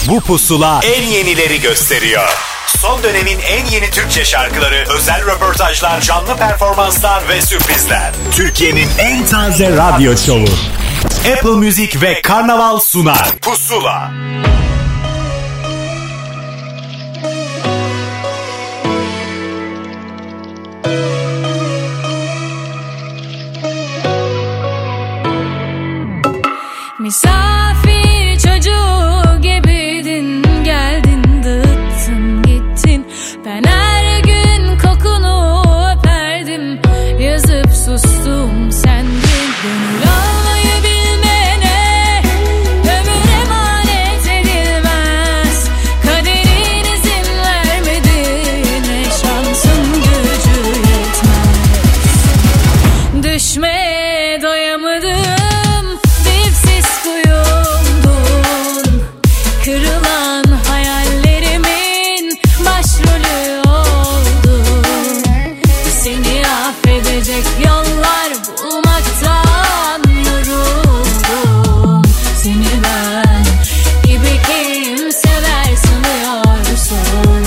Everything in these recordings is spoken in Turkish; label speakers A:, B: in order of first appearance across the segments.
A: Bu pusula en yenileri gösteriyor. Son dönemin en yeni Türkçe şarkıları, özel röportajlar, canlı performanslar ve sürprizler. Türkiye'nin en taze radyo şovu. Apple Music ve Karnaval sunar. Pusula.
B: Misafir çocuğu gibiydin, geldin dağıttın gittin. Ben her gün kokunu öperdim, yazıp sustum sendin. Gönül almayı bilmene ömür emanet edilmez. Kaderin izin vermediğine şansın gücü yetmez. Düşmeye doyamadım, kırılan hayallerimin başrolü oldum. Seni affedecek yollar bulmaktan yoruldum. Seni ben gibi kim sever sanıyorsun?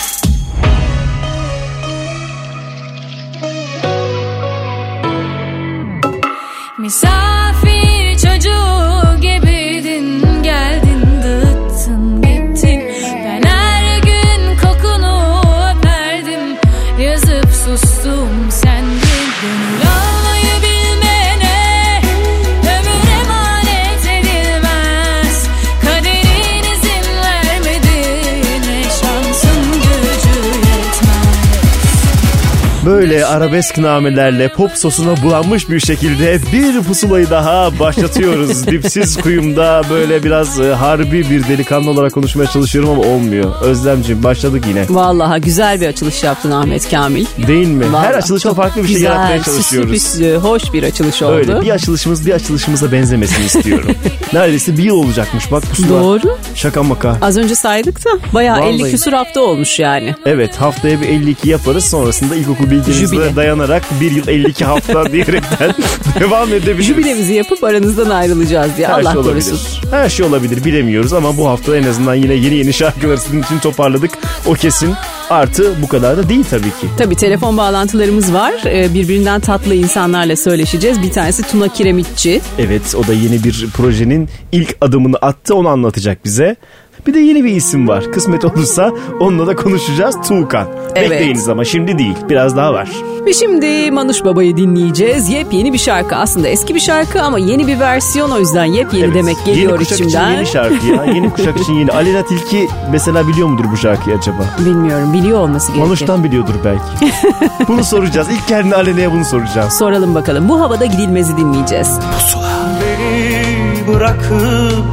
B: Misafir çocuğu gibiydin, geldin dağıttın gittin. Ben her gün kokunu öperdim, yazıp sustum sendin. Gönül almayı bilmene ömür emanet edilmez. Kaderin izin vermediğine şansın gücü yetmez.
C: Böyle arabesk namelerle pop sosuna bulanmış bir şekilde bir pusulayı daha başlatıyoruz. Dipsiz kuyumda böyle biraz harbi bir delikanlı olarak konuşmaya çalışıyorum ama olmuyor. Özlemciğim, başladık yine.
D: Vallahi güzel bir açılış yaptın Ahmet Kamil.
C: Değil mi?
D: Vallahi
C: her açılışta farklı bir şey yaratmaya çalışıyoruz.
D: Güzel, hoş bir açılış oldu.
C: Öyle bir açılışımıza benzemesini istiyorum. Neredeyse bir yıl olacakmış bak pusula.
D: Doğru.
C: Şaka maka.
D: Az önce saydık da bayağı
C: Vallahi.
D: 50 küsur hafta olmuş yani.
C: Evet, haftaya bir 52 yaparız, sonrasında ilkokul bilginizle
D: Jübile.
C: dayanarak bir yıl 52 hafta diyerekten devam edebiliriz.
D: Jübilemizi yapıp aranızdan ayrılacağız diye.
C: Her
D: Allah
C: şey
D: korusun.
C: olabilir. Her şey olabilir, bilemiyoruz ama bu hafta en azından yine yeni şarkıları sizin için toparladık. O kesin. Artı bu kadar da değil tabii ki.
D: Tabii telefon bağlantılarımız var. Birbirinden tatlı insanlarla söyleşeceğiz. Bir tanesi Tuna Kiremitçi.
C: Evet, o da yeni bir projenin ilk adımını attı, onu anlatacak bize. Bir de yeni bir isim var. Kısmet olursa onunla da konuşacağız. Tuğkan.
D: Evet.
C: Bekleyiniz ama şimdi değil. Biraz daha var.
D: Ve şimdi Manuş Baba'yı dinleyeceğiz. Yepyeni bir şarkı. Aslında eski bir şarkı ama yeni bir versiyon. O yüzden yepyeni demek geliyor
C: yeni kuşak
D: içimden.
C: için yeni şarkı ya. Yeni kuşak için yeni. Aleyna Tilki mesela biliyor mudur bu şarkıyı acaba?
D: Bilmiyorum. Biliyor olması gerekir.
C: Manuş'tan biliyordur belki. Bunu soracağız. İlk kendine Aleyna'ya bunu soracağız.
D: Soralım bakalım. Bu havada gidilmezi dinleyeceğiz.
C: Pusula.
E: Beni bırakıp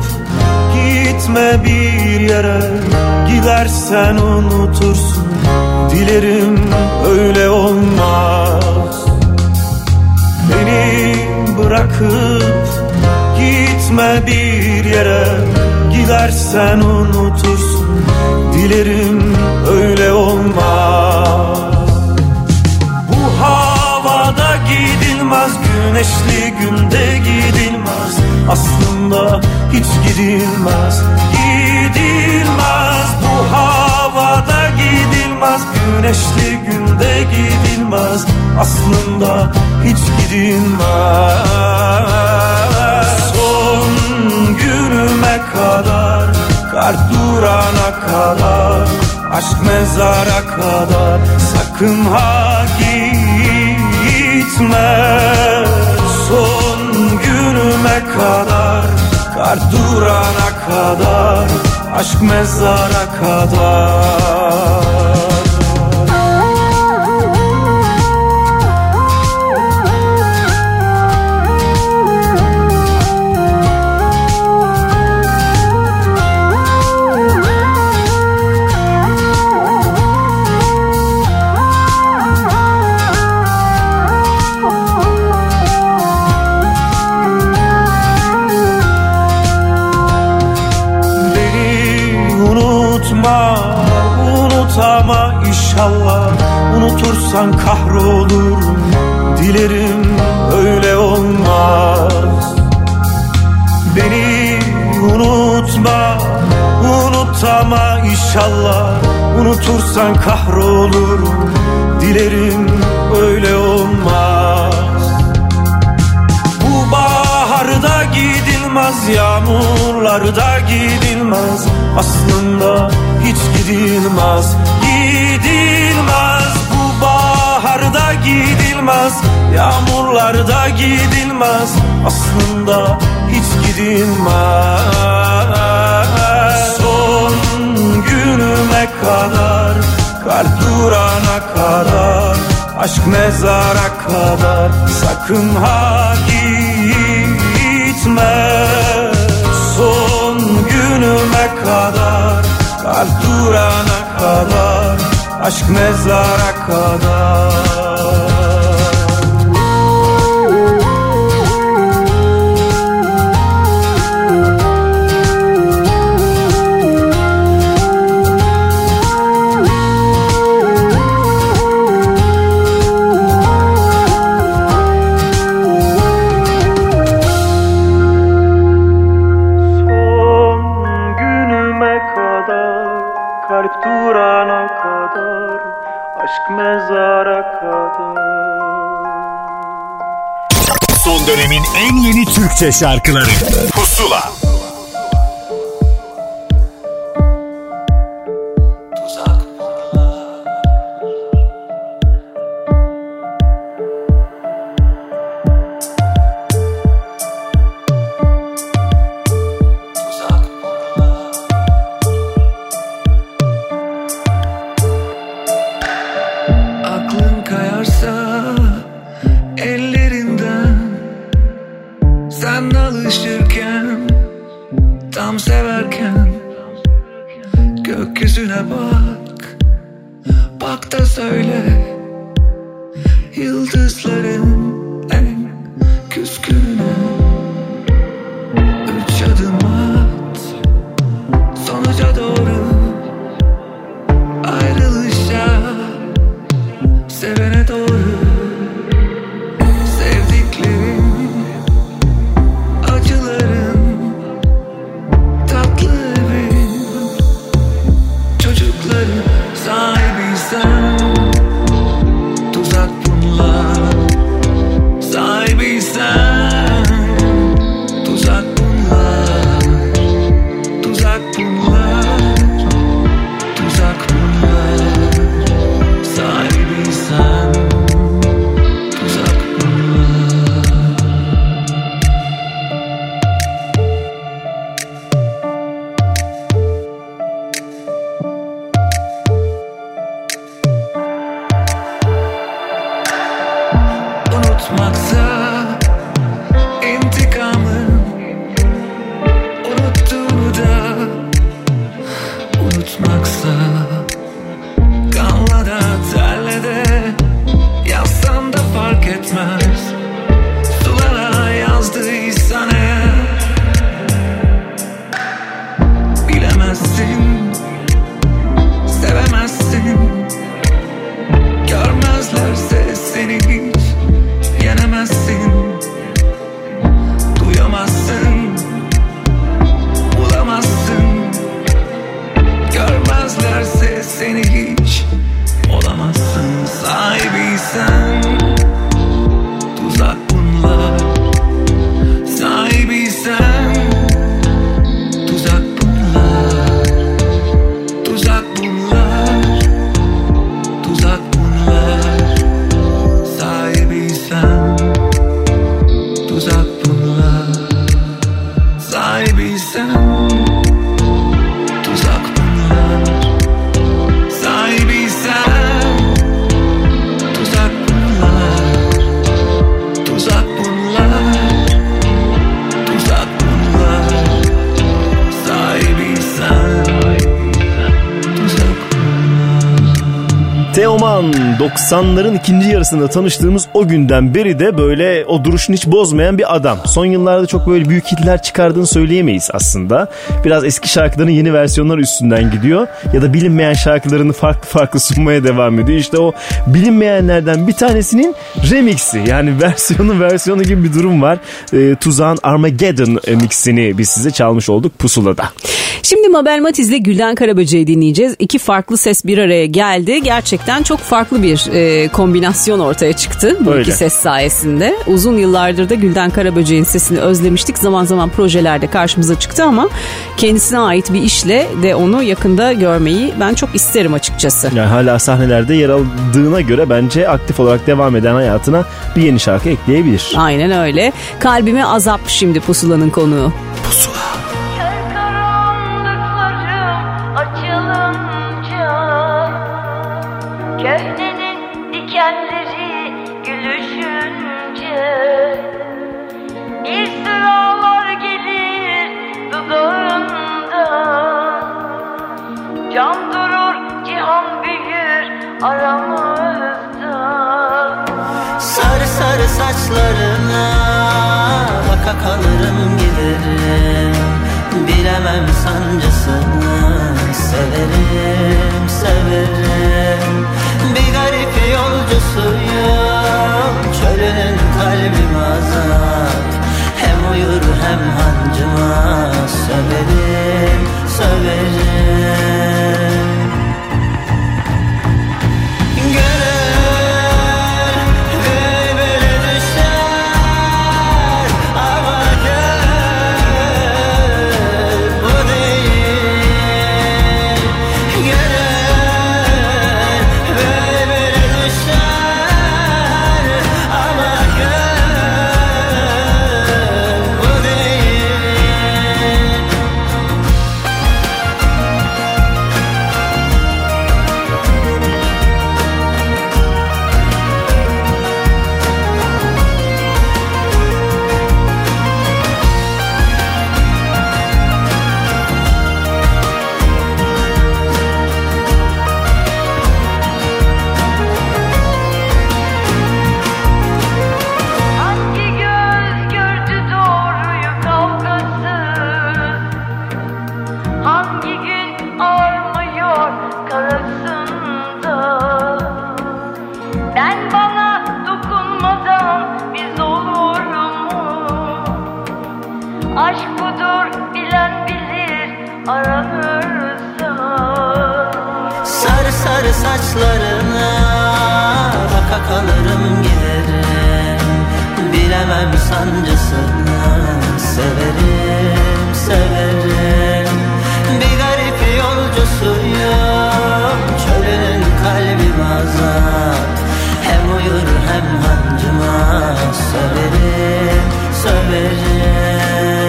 E: gitme bir yere, gidersen unutursun, dilerim öyle olmaz. Beni bırakıp gitme bir yere, gidersen unutursun, dilerim öyle olmaz. Bu havada gidilmez, güneşli günde gidilmez, aslında hiç gidilmez, gidilmez. Bu havada gidilmez, güneşli günde gidilmez, aslında hiç gidilmez. Son günüme kadar, kar durana kadar, aşk mezara kadar, sakın ha gitme. Son günüme kadar, kar durana kadar, aşk mezara kadar. Unutama inşallah, unutursan kahrolurum, dilerim öyle olmaz. Beni unutma, ama inşallah unutursan kahrolurum. Dilerim öyle olmaz. Bu baharda gidilmez, yağmurlarda gidilmez. Aslında hiç gidilmez, gidilmez. Bu baharda gidilmez, yağmurlarda gidilmez. Aslında hiç gidilmez. Son günüme kadar, kalp durana kadar, aşk mezara kadar, sakın ha gitme. Son günüme kadar, kalp durana kadar, aşk mezara kadar.
A: Son dönemin en yeni Türkçe şarkıları Pusula.
C: Teoman 90'ların ikinci yarısında tanıştığımız o günden beri de böyle o duruşunu hiç bozmayan bir adam. Son yıllarda çok böyle büyük hitler çıkardığını söyleyemeyiz aslında. Biraz eski şarkıların yeni versiyonları üstünden gidiyor. Ya da bilinmeyen şarkılarını farklı farklı sunmaya devam ediyor. İşte o bilinmeyenlerden bir tanesinin remixi. Yani versiyonu gibi bir durum var. Tuzağın Armageddon mixini biz size çalmış olduk Pusula'da.
D: Şimdi Mabel Matiz'le Gülden Karaböcek'i dinleyeceğiz. İki farklı ses bir araya geldi. Gerçekten çok farklı bir kombinasyon ortaya çıktı bu iki ses sayesinde. Uzun yıllardır da Gülden Karaböcek'in sesini özlemiştik. Zaman zaman projelerde karşımıza çıktı ama kendisine ait bir işle de onu yakında görmeyi ben çok isterim açıkçası.
C: Yani hala sahnelerde yer aldığına göre bence aktif olarak devam eden hayatına bir yeni şarkı ekleyebilir.
D: Aynen öyle. Kalbime azap şimdi Pusula'nın konuğu.
C: Pusula.
F: Köhnenin dikenleri gülüşünce bir sıralar gelir dudağımda. Can durur, cihan büyür aramızda.
G: Sarı sarı saçlarına baka kalırım giderim. Bilemem sancısını, severim severim. Bir garip yolcusuyum, çölünün kalbim azap. Hem uyur hem hancıma, söverim söverim. Saçlarına baka kalırım giderim. Bilemem sancısını, severim severim. Bir garip yolcusuyum, çölünün kalbim azap. Hem uyur hem hancıma, söverim söverim.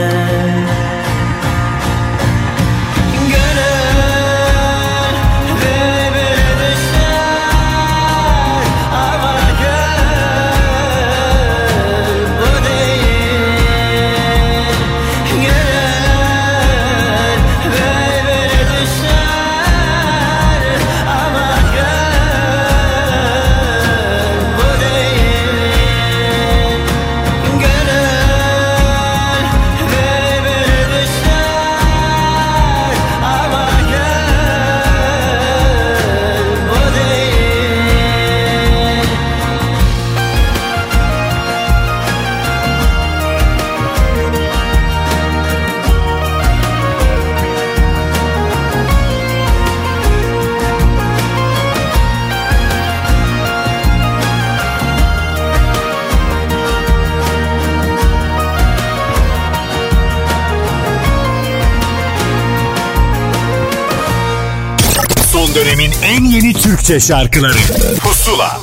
A: Dönemin en yeni Türkçe şarkıları Pusula.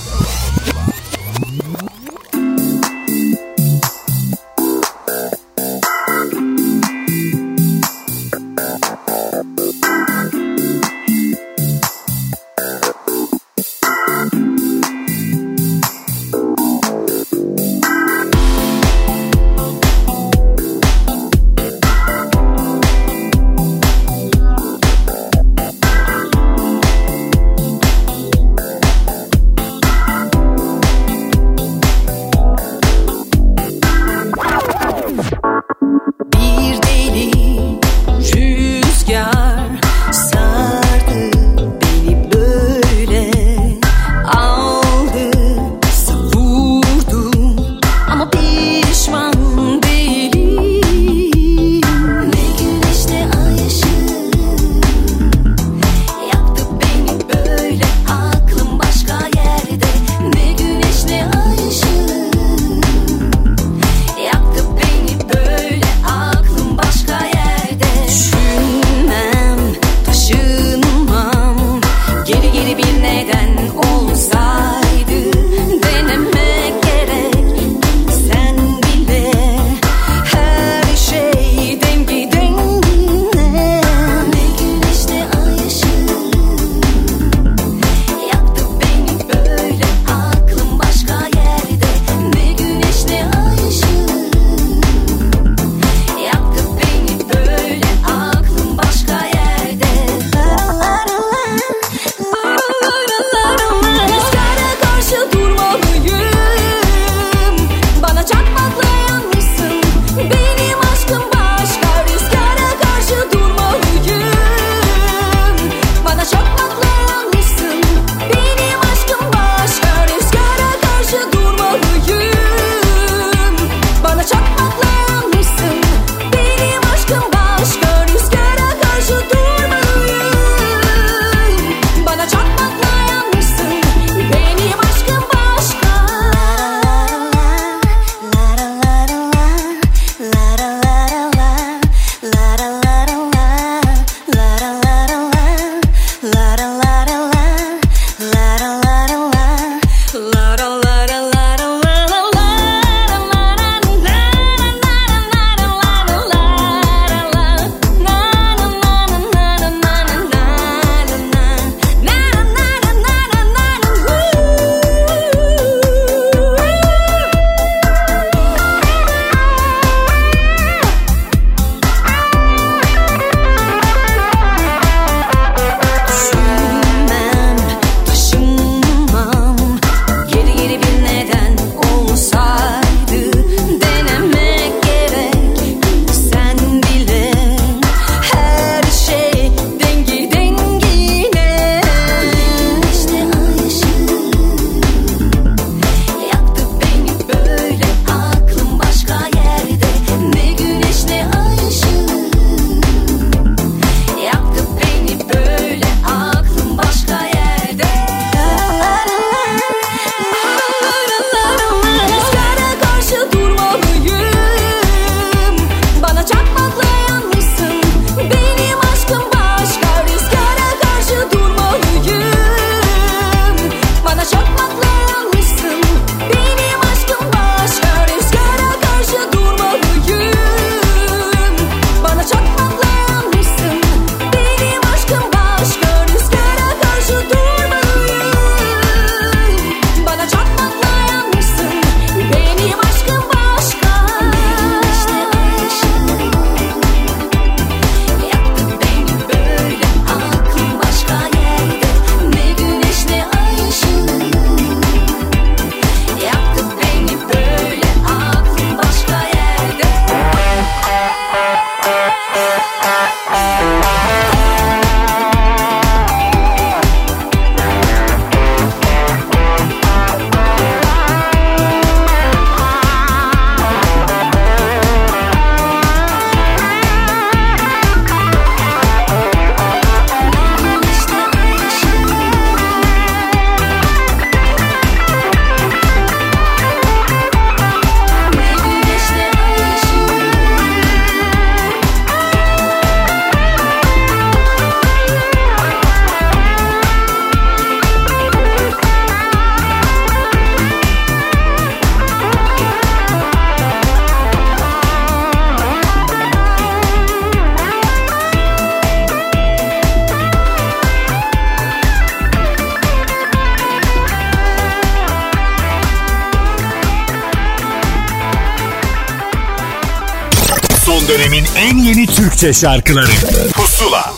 A: Türkiye'nin en yeni Türkçe şarkıları Pusula.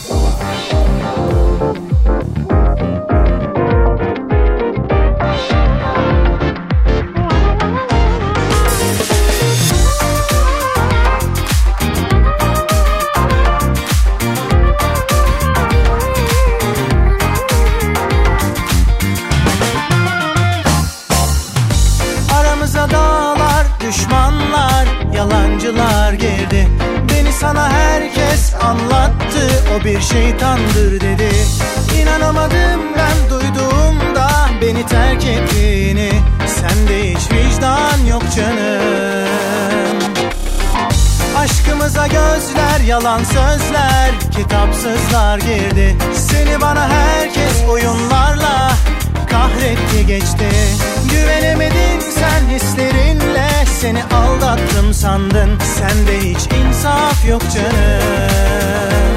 G: Yalancılar girdi. Beni sana herkes anlattı. O bir şeytandır dedi. İnanamadım ben duyduğumda beni terk ettiğini. Sende hiç vicdan yok canım. Aşkımıza gözler, yalan sözler, kitapsızlar girdi. Seni bana herkes oyunlarla kahretti geçti. Güvenemedin sen hislerinle, seni aldattım sandın. Sende hiç insaf yok canım.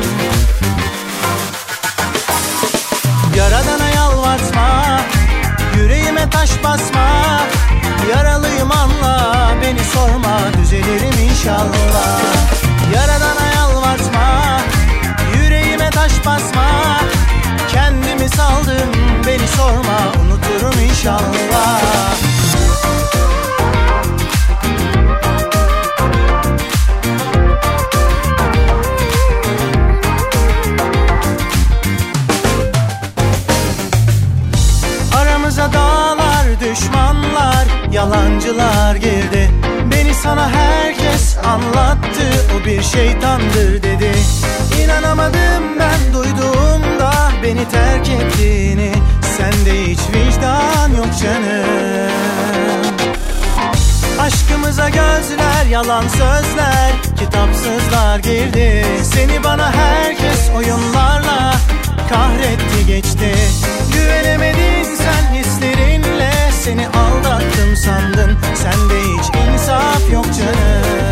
G: Yaradana yalvartma, yüreğime taş basma. Yaralıyım anla, beni sorma, düzelirim inşallah. Yaradana yalvartma, yüreğime taş basma. Kendimi saldım, beni sorma, unuturum inşallah. Aramıza dağlar, düşmanlar, yalancılar girdi. Beni sana herkes anlattı. O bir şeytandır dedi. İnanamadım ben duyduğumda beni terk ettiğini. Sende hiç vicdan yok canım. Aşkımıza gözler, yalan sözler, kitapsızlar girdi. Seni bana herkes oyunlarla kahretti geçti. Güvenemedin sen hislerinle, seni aldattım sandın. Sende hiç insaf yok canım.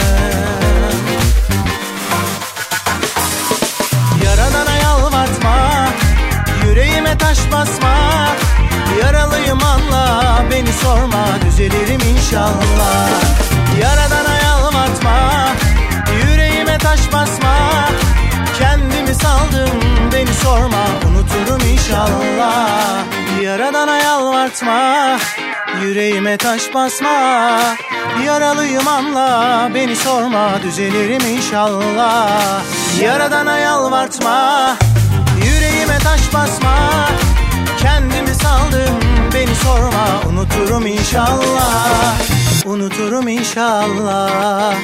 G: Yaradana yalvartma, yüreğime taş basma. Yaralıyım anla, beni sorma, düzelirim inşallah. Yaradana yalvartma, yüreğime taş basma. Kendimi saldım, beni sorma, unuturum inşallah. Yaradana yalvartma, yüreğime taş basma. Yaralıyım anla, beni sorma, düzelirim inşallah. Yaradana yalvartma, yüreğime taş basma. Kendimi saldım, beni sorma, unuturum inşallah. Unuturum inşallah.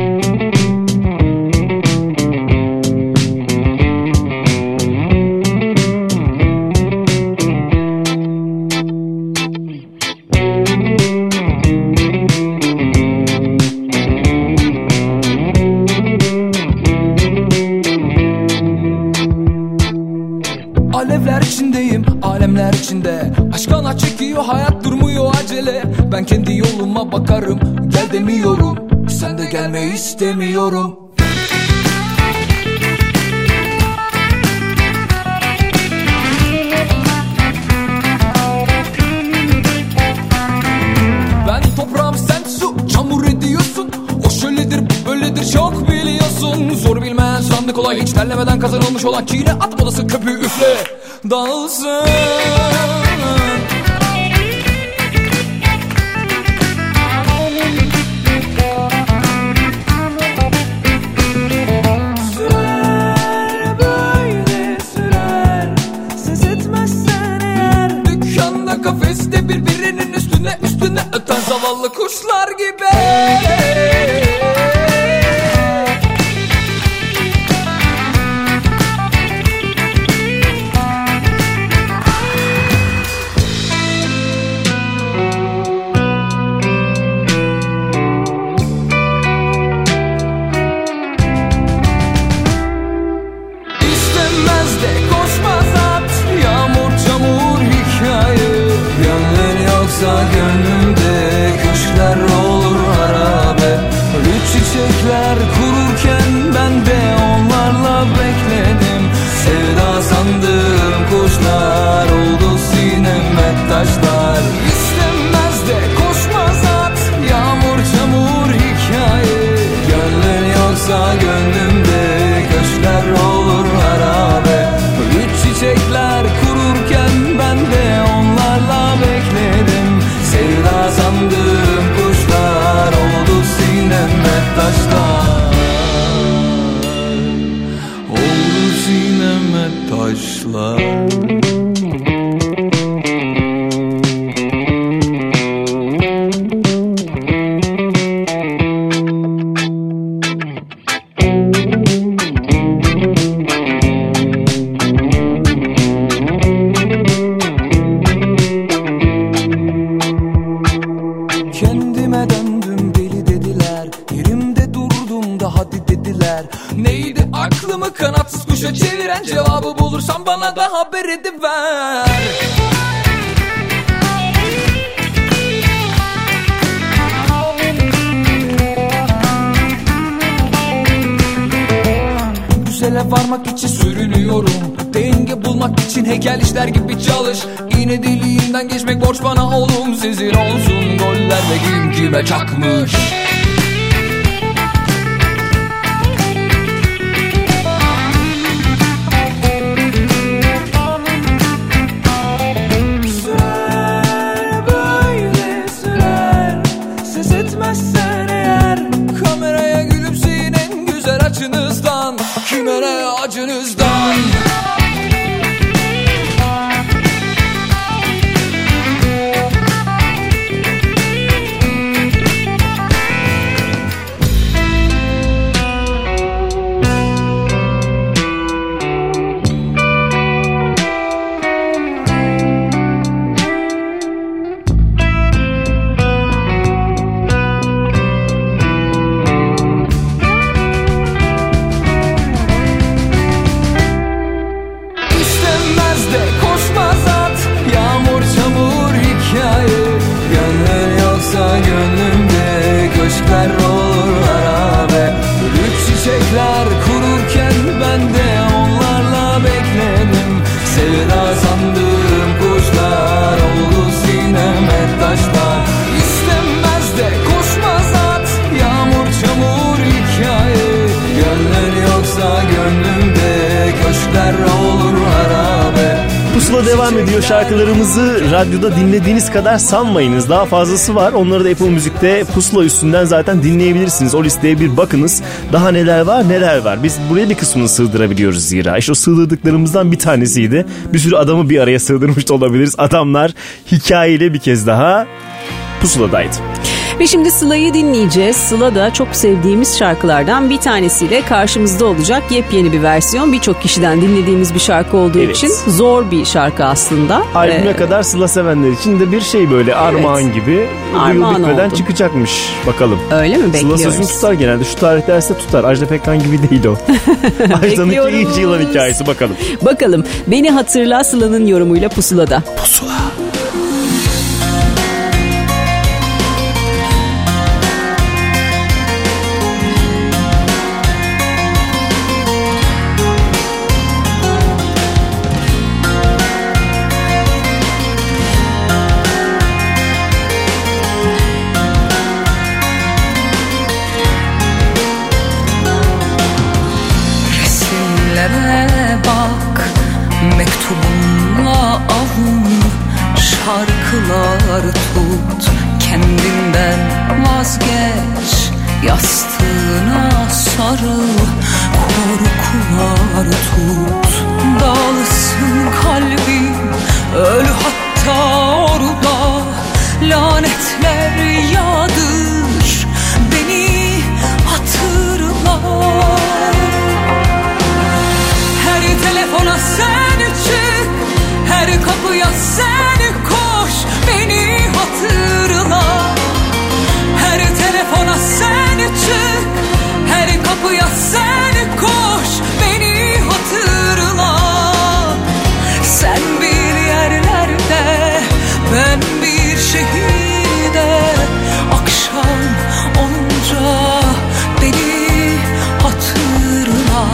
H: Alevler içindeyim, alemler içinde. Aşkına çekiyor, hayat durmuyor acele. Ben kendi yoluma bakarım, gel demiyorum. Sen de gelmeyi istemiyorum. Ben toprağım, sen su, çamur ediyorsun. O şöyledir, bu böyledir, çok biliyorsun. Zor bilmeyen sandı kolay, hiç terlemeden kazanılmış olan çiğne at odası köpüğü üfle, dağılsın. Sürer böyle sürer, ses etmezsen eğer. Dükkanda kafeste birbirinin üstüne öten zavallı kuşlar gibi. Gönlümde kuşlar olur harabe. başlar.
E: Kendime döndüm deli dediler, yerimde durdum da hadi dediler.
H: Neydi aklımı kanatsız kuşa çeviren, cevabı bulursan bana da haber ediver.
E: Güzele varmak için sürünüyorum, denge bulmak için heykel işler gibi çalış. Yine deliğinden geçmek borç bana oğlum, sizin olsun goller ve kim kime çakmış. Sürer böyle sürer, ses etmezsen eğer. Kameraya gülümseyin en güzel açınızdan, kime ne acınızdan.
C: Pusula devam ediyor. Şarkılarımızı radyoda dinlediğiniz kadar sanmayınız. Daha fazlası var. Onları da Apple Müzik'te Pusula üstünden zaten dinleyebilirsiniz. O listeye bir bakınız. Daha neler var neler var. Biz buraya bir kısmını sığdırabiliyoruz zira. İşte o sığdırdıklarımızdan bir tanesiydi. Bir sürü adamı bir araya sığdırmış da olabiliriz. Adamlar hikayeyle bir kez daha Pusula'daydı.
D: Ve şimdi Sıla'yı dinleyeceğiz. Sıla da çok sevdiğimiz şarkılardan bir tanesiyle karşımızda olacak. Yepyeni bir versiyon. Birçok kişiden dinlediğimiz bir şarkı olduğu için zor bir şarkı aslında.
C: Albüme kadar Sıla sevenler için de bir şey böyle armağan gibi.
D: Armağan
C: bitmeden
D: oldu.
C: Çıkacakmış bakalım.
D: Öyle mi? Bekliyoruz.
C: Sıla sözünü tutar genelde. Şu tarihlerse tutar. Ajda Pekkan gibi değil o. Ajda'nınki iyice yılan hikayesi, bakalım.
D: Bakalım. Beni hatırla Sıla'nın yorumuyla Pusula'da.
C: Pusula.
I: Mektubunla avun, şarkılar tut, kendinden vazgeç, yastığına sarıl, korkular tut, dağılsın kalbim, öl hatta orada, lanetler yağdır, beni hatırla. Her telefona sen çık, her kapıya sen koş, beni hatırla. Her telefona sen çık, her kapıya sen koş, beni hatırla. Sen bir yerlerde, ben bir şehirde, akşam olunca beni hatırla.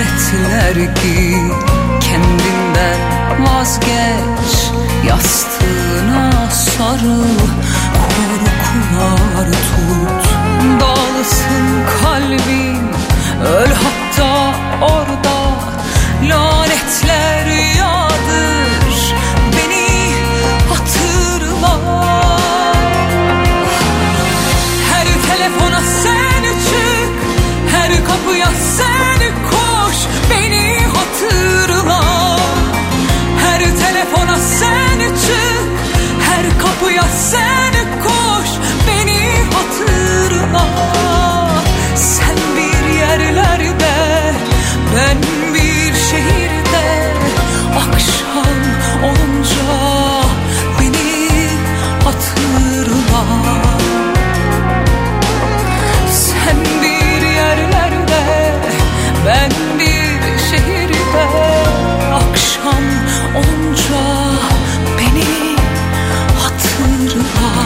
I: laletler giy, kendinden vazgeç, yastığına sarıl, korkular tut. Dağılsın kalbin, öl hatta orada, lanetler yağdır, beni hatırla. Her telefona sen çık, her kapıya sen koş, beni hatırla. Her telefona sen çık, her kapıya sen koş, beni hatırla. Sen bir yerlerde, ben bir şehirde, akşam olunca beni hatırla. Sen bir yerlerde, ben bir şehirde, akşam olunca beni hatırla.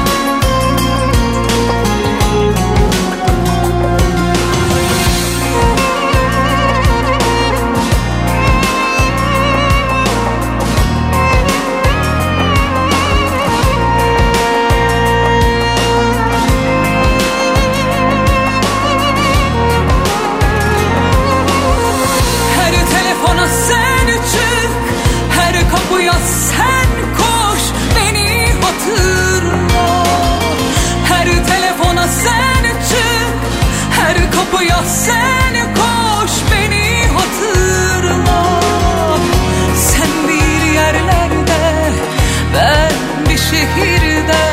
I: Sen çık, her kapıya sen koş, beni hatırla. Her telefona sen çık, her kapıya sen koş, beni hatırla. Sen bir yerlerde, ben bir şehirde,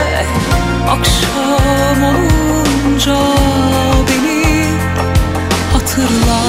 I: akşam olunca beni hatırla.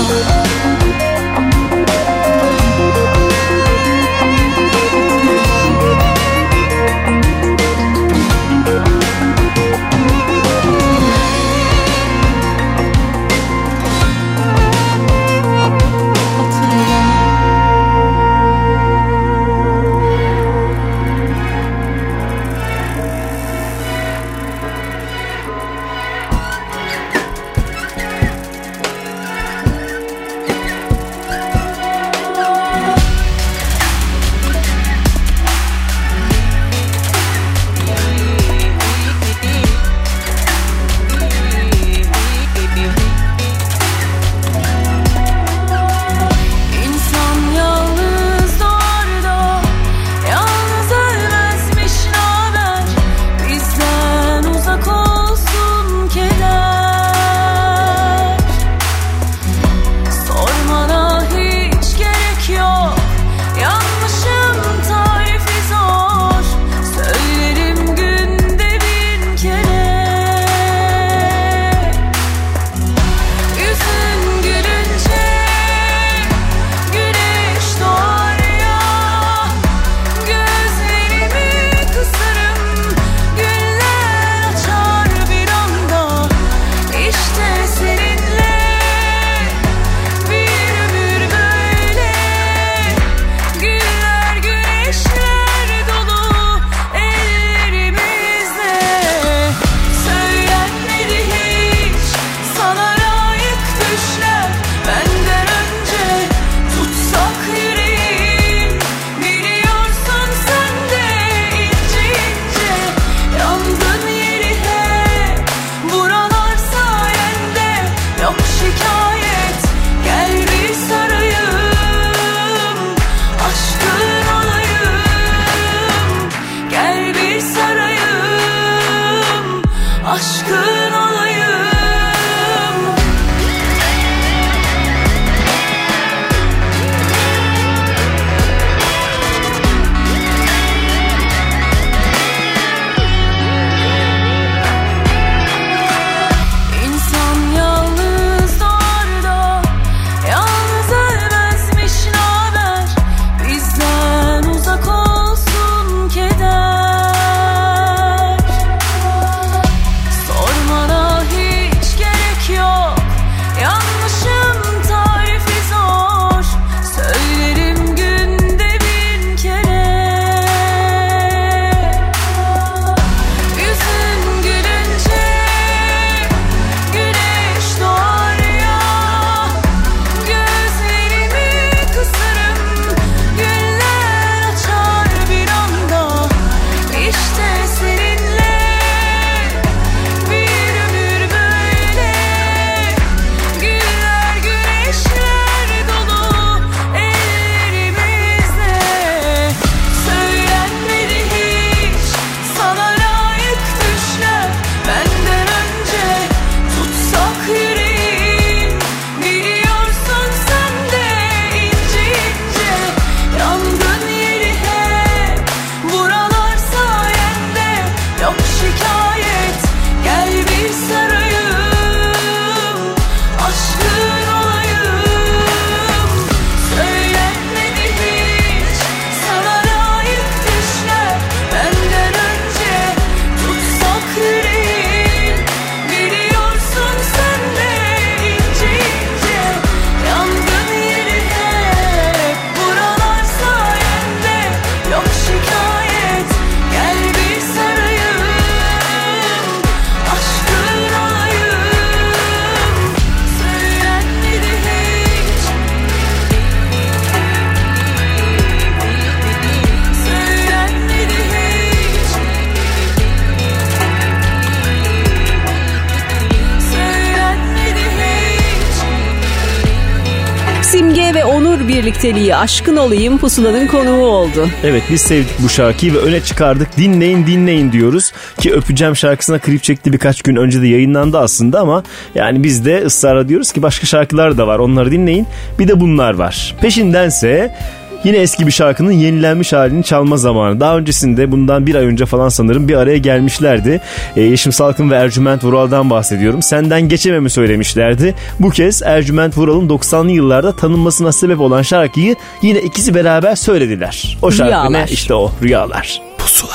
D: Simge ve Onur birlikteliği Aşkın Olayım Pusula'nın konuğu oldu.
C: Evet, biz sevdik bu şarkıyı ve öne çıkardık. Dinleyin diyoruz ki Öpeceğim şarkısına klip çekti, birkaç gün önce de yayınlandı aslında ama yani biz de ısrarla diyoruz ki başka şarkılar da var, onları dinleyin. Bir de bunlar var. Peşindense yine eski bir şarkının yenilenmiş halini çalma zamanı. Daha öncesinde bundan bir ay önce falan sanırım bir araya gelmişlerdi. Yeşim Salkım ve Ercüment Vural'dan bahsediyorum. Senden Geçemem'i söylemişlerdi. Bu kez Ercüment Vural'ın 90'lı yıllarda tanınmasına sebep olan şarkıyı yine ikisi beraber söylediler. O şarkı Rüyalar. Ne? İşte o Rüyalar. Pusula.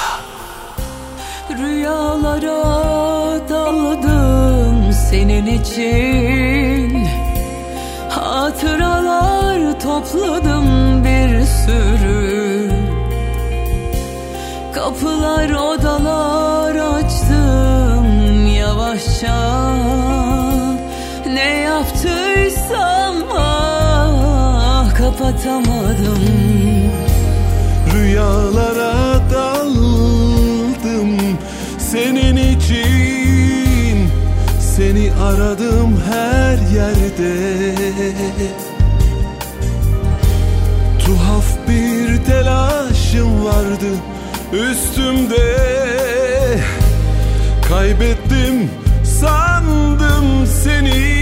I: Rüyalara daldım senin için, hatıralar topladım bir sürü, kapılar odalar açtım yavaşça, ne yaptıysam kapatamadım.
J: Rüyalara daldım senin için, seni aradım her yerde. Tuhaf bir telaşım vardı üstümde, kaybettim sandım seni.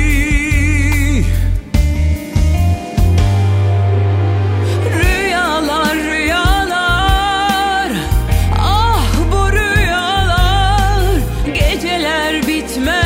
I: Rüyalar rüyalar, ah bu rüyalar, geceler bitmez.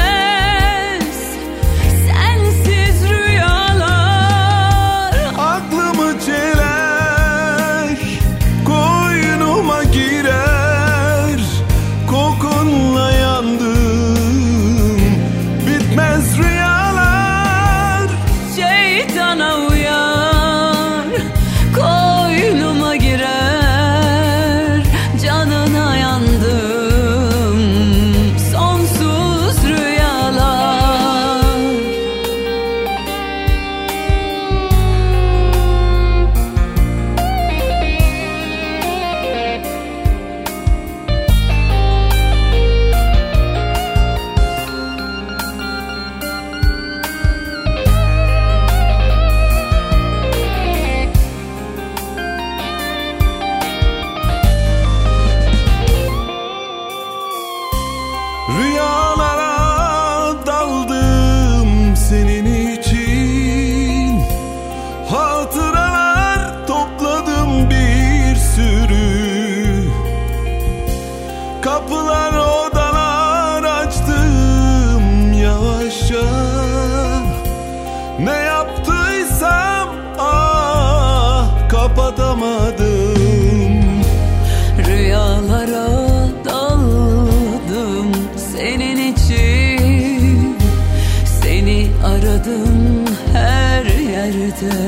I: Rüyalara daldım senin için, seni aradım her yerde.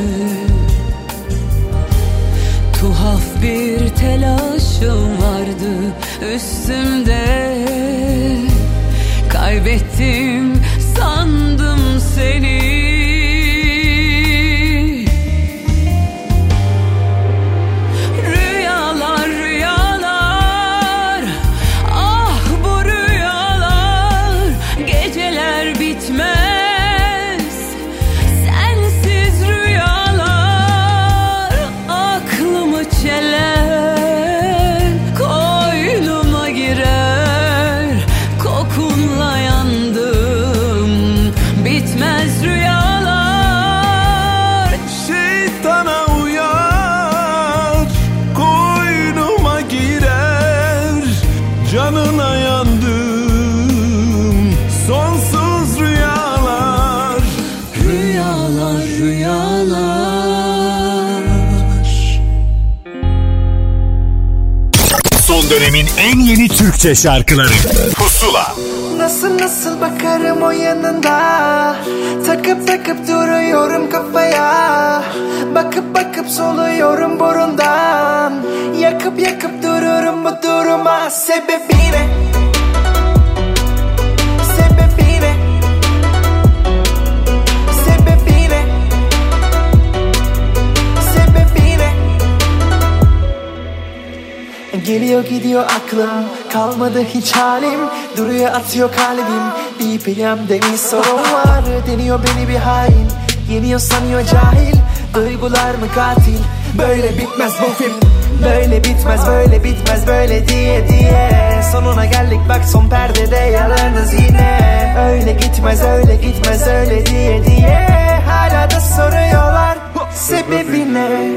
I: Tuhaf bir telaşım vardı üstümde, kaybettim sandım seni.
A: Dönemin en yeni Türkçe şarkıları Pusula.
K: Nasıl bakarım o yanında, takıp duruyorum kafaya, bakıp soluyorum burundan, yakıp dururum bu duruma. Sebebi ne? Geliyor gidiyor aklım, kalmadı hiç halim, duruyor atıyor kalbim, bir peyamda bir sorun var, deniyor beni bir hain, Yeniyor sanıyor cahil, duygular mı katil? Böyle bitmez bu film, böyle bitmez, böyle bitmez, böyle diye diye. Sonuna geldik bak, son perdede yalanız yine. Öyle gitmez, öyle gitmez, öyle diye diye. Hala da soruyorlar sebebi ne?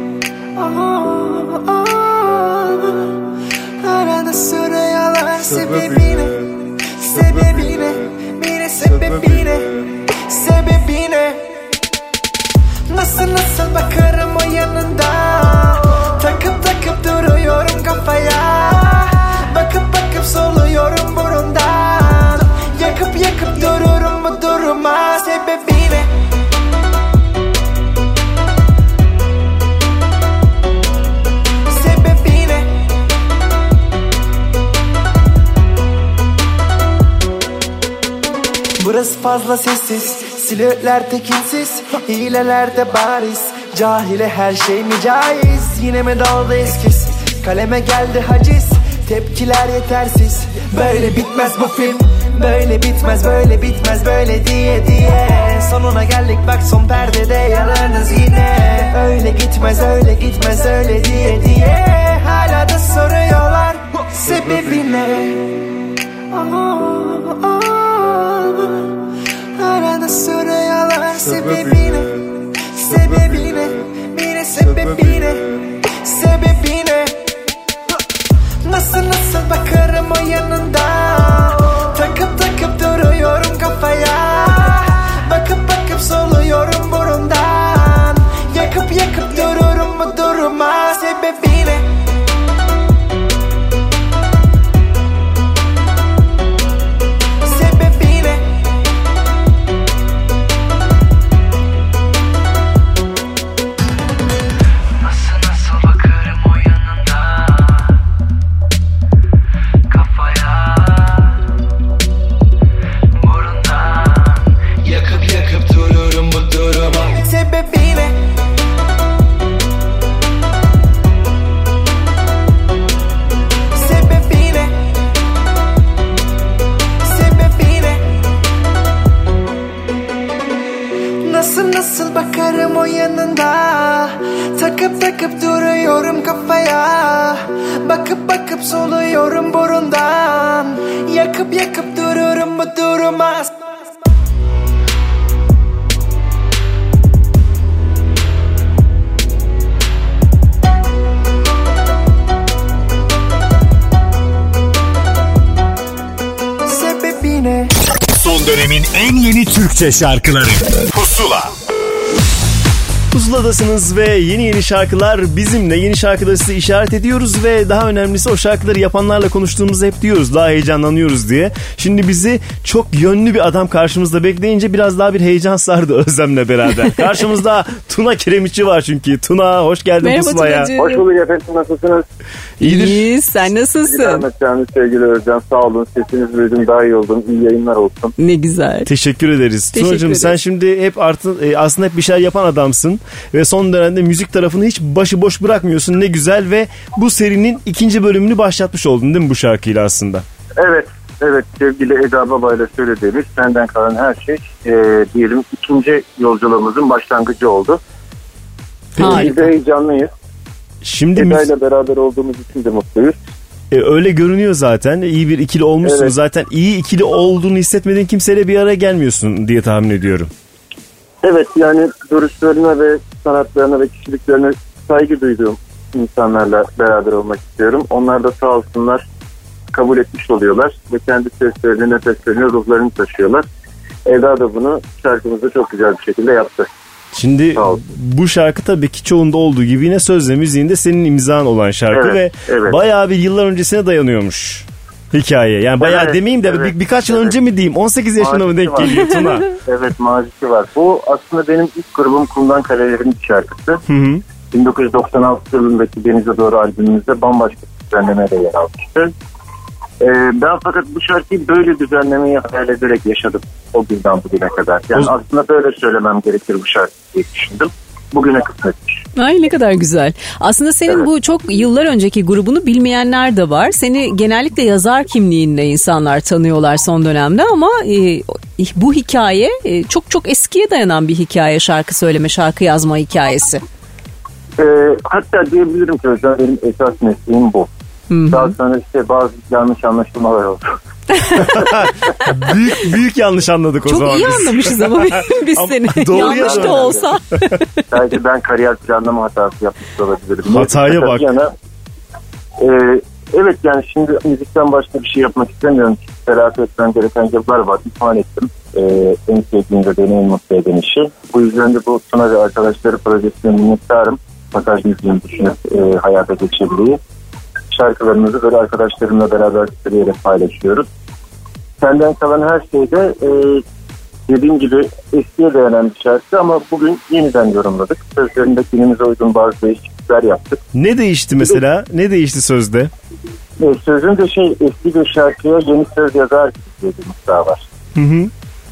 K: Hala da soruyorlar sebebi ne? Sebebi ne? Mine sebebi ne? Sebebi ne? Nasıl bakarım o yanında, takıp duruyorum kafaya. Bakıp soluyorum burundan. Yakıp dururum bu duruma. Sebebi ne? Sebebi ne? Burası fazla sessiz, silüetler tekinsiz, hileler de bariz. Cahile her şey mi caiz? Yine mi daldı eskiz? Kaleme geldi haciz, tepkiler yetersiz. Böyle bitmez bu film, böyle bitmez, böyle bitmez, böyle diye diye. Sonuna geldik bak, son perdede yalanız yine. Öyle gitmez, öyle gitmez, öyle diye diye. Hala da soruyorlar sebebi ne? Hala da soruyorlar sebebi ne? Sebebi ne? Mine sebebi ne? Sebebi ne? Nasıl bakarım o yanında, takıp duruyorum kafaya. Bakıp soluyorum burundan. Yakıp dururum bu duruma. Sebebi ne? Sebebi ne? Nasıl bakarım o yanında, kafaya, burundan. Yakıp dururum bu duruma. Sebebi ne? Sebebi ne? Sebebi ne? Nasıl bakarım o yanında, takıp duruyorum kafaya. Bakıp soluyorum burundan. Yakıp dururum bu duruma. Sebebi ne?
A: Son dönemin en yeni Türkçe şarkıları Pusula.
C: Pusuladasınız ve yeni şarkılar bizimle. Yeni şarkıları size işaret ediyoruz ve daha önemlisi o şarkıları yapanlarla konuştuğumuzda hep diyoruz, daha heyecanlanıyoruz diye. Şimdi bizi çok yönlü bir adam karşımızda bekleyince biraz daha bir heyecan sardı Özlem'le beraber. Karşımızda Tuna Kiremitçi var çünkü. Tuna hoş geldin
D: Merhaba
C: Pusula'ya.
D: Tunacığım.
L: Hoş bulduk efendim, nasılsınız?
C: İyidir.
D: İyiyiz, sen nasılsın?
L: Ahmet Canlı, sevgili Özcan, sağ olun. Sesinizi duydum, daha iyi oldum. İyi yayınlar olsun.
D: Ne güzel.
C: Teşekkür ederiz. Tunacığım sen şimdi hep aslında hep bir şeyler yapan adamsın ve son dönemde müzik tarafını hiç başıboş bırakmıyorsun. Ne güzel ve bu serinin 2. bölümünü başlatmış oldun değil mi bu şarkıyla aslında?
L: Evet sevgili Eda Baba'yla söylediğimiz Senden Kalan Her Şey diyelim 2. yolculuğumuzun başlangıcı oldu. Biz de heyecanlıyız.
C: Şimdi
L: Eda'yla beraber olduğumuz için de mutluyuz.
C: Öyle görünüyor zaten. İyi bir ikili olmuşsun.
L: Evet.
C: Zaten iyi ikili olduğunu hissetmediğin kimseyle bir araya gelmiyorsun diye tahmin ediyorum.
L: Evet, yani duruşlarına ve sanatlarına ve kişiliklerine saygı duyduğum insanlarla beraber olmak istiyorum. Onlar da sağ olsunlar kabul etmiş oluyorlar ve kendi seslerini, nefeslerini, ruhlarını taşıyorlar. Eda da bunu şarkımızda çok güzel bir şekilde yaptı.
C: Şimdi bu şarkı tabii ki çoğunda olduğu gibi yine sözle müziğinde senin imzan olan şarkı ve bayağı bir yıllar öncesine dayanıyormuş hikaye. Yani bayağı demeyeyim de birkaç yıl önce mi diyeyim, 18 yaşında mı denk geliyor Tuna?
L: Evet, mazisi var. Bu aslında benim ilk grubum Kumdan Karelerin bir şarkısı. 1996 yılındaki Denize Doğru albümümüzde bambaşka bir düzenlemede yer almıştı. Ben fakat bu şarkıyı böyle düzenlemeyi hayal ederek yaşadım o günden bugüne kadar. Yani aslında böyle söylemem gerekir bu şarkıyı diye düşündüm. Bugüne kısmetmiş.
D: Ay ne kadar güzel. Aslında senin bu çok yıllar önceki grubunu bilmeyenler de var. Seni genellikle yazar kimliğinle insanlar tanıyorlar son dönemde ama bu hikaye çok çok eskiye dayanan bir hikaye, şarkı söyleme, şarkı yazma hikayesi.
L: Hatta diyebilirim ki hocam benim esas mesleğim bu. Hı-hı. Daha sonra işte bazı yanlış anlaşılmalar oldu.
C: büyük yanlış anladık o
D: çok
C: zaman.
D: Çok iyi anlamışız ama biz seni. Yanlış da olsa.
L: Sadece ben kariyer planlama hatası yapmış olabilirim.
C: Hataya bak.
L: Evet yani şimdi müzikten başka bir şey yapmak istemiyorum. Telafi etmem gereken yıllar var. İhmal ettim. En sevdiğim ve beni en mutlu eden işi. Bu yüzden de bu Tuna ve arkadaşları projesine minnettarım. Pasaj müziğini düşünüp hayata geçirmeyi. Şarkılarımızı böyle arkadaşlarımla beraber söyleyerek paylaşıyoruz. Senden kalan her şeyde dediğim gibi eskiye dayanan bir şarkı ama bugün yeniden yorumladık. Sözlerinde günümüze uygun bazı değişiklikler yaptık.
C: Ne değişti mesela? Ne değişti sözde?
L: Sözün de eski bir şarkıya yeni söz yazar gibi dediğimiz daha var.
C: Hı.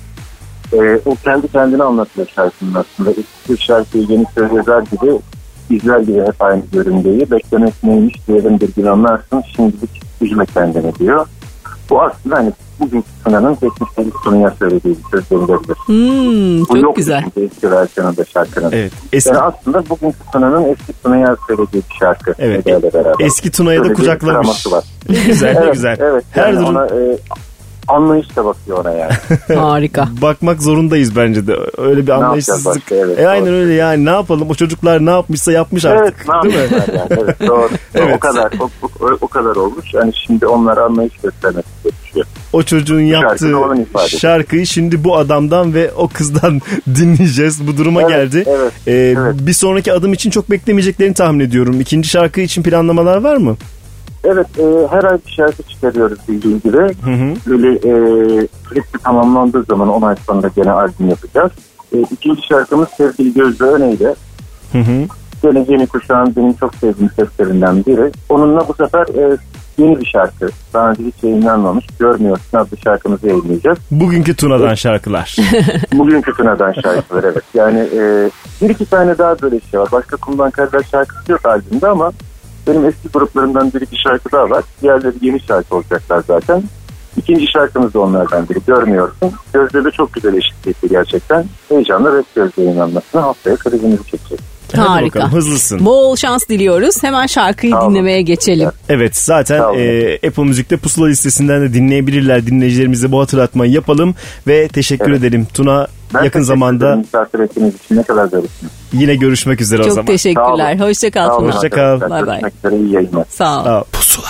L: O kendi kendine anlatıyor şarkının aslında. Eski bir şarkıya yeni söz yazar gibi izler gibi hep aynı görünmeyi. Beklemek neymiş diyelim bir gün anlarsın. Şimdilik üzme kendini diyor. Bu aslında hani bugünkü Tuna'nın geçmişte Tuna'ya söylediği bir söz denilebilir.
D: Bu çok güzel.
L: Eski versiyonunda şarkının.
C: Evet.
L: Yani aslında bugünkü Tuna'nın eski Tuna'ya söylediği bir şarkı.
C: Evet. Eski Tuna'ya da kucaklamış. Güzel,
L: evet,
C: güzel.
L: Evet.
C: Her
L: yani
C: durum...
L: ona anlayışla bakıyor ona yani.
D: Harika.
C: Bakmak zorundayız bence de. Öyle bir anlayışsızlık. Aynen öyle yani. Ne yapalım? O çocuklar ne yapmışsa yapmış artık.
L: Evet, değil mi? Yani. Evet, doğru. Evet. O kadar olmuş. Yani şimdi onlara anlayış göstermek gerekiyor.
C: O çocuğun yaptığı şarkıyı şimdi bu adamdan ve o kızdan dinleyeceğiz. Bu duruma geldi.
L: Evet.
C: Bir sonraki adım için çok beklemeyeceklerini tahmin ediyorum. İkinci şarkı için planlamalar var mı?
L: Evet, her ay bir şarkı çıkarıyoruz bildiğin gibi. Böyle klip tamamlandığı zaman 10 ay sonra gene albüm yapacağız. İkinci şarkımız Sevgili Gözde Öney'de. Gene yeni kuşağın benim çok sevdiğim seslerinden biri. Onunla bu sefer yeni bir şarkı. Daha önce hiç yayınlanmamış. Görmüyorsun adlı şarkımızı yayınlayacağız.
C: Bugünkü Tuna'dan şarkılar.
L: Bugünkü Tuna'dan şarkılar evet. Yani bir iki tane daha böyle şey var. Başka Kumdan Kardeş şarkısı yok albümde ama benim eski gruplarımdan bir iki şarkı daha var. Diğerleri yeni şarkı olacaklar zaten. İkinci şarkımız da onlardan biri. Görmüyorsun. Gözde de çok güzel eşlik etti gerçekten. Heyecanla bekliyoruz yayınlanmasını. Haftaya klibimizi çekeceğiz.
D: Harika.
C: Bakalım, hızlısın.
D: Bol şans diliyoruz. Hemen şarkıyı dinlemeye geçelim.
C: Evet zaten Apple Müzik'te Pusula listesinden de dinleyebilirler. Dinleyicilerimize bu hatırlatmayı yapalım. Ve teşekkür edelim. Tuna yakın zamanda
L: misafir ettiğiniz için ne kadar zarifsiniz.
C: Yine görüşmek üzere o zaman.
D: Çok teşekkürler. Hoşça kal Tuna.
C: Hoşça kal.
D: Bay bay.
L: Görüşmek üzere, iyi yayınlar.
D: Sağ ol.
C: Pusula.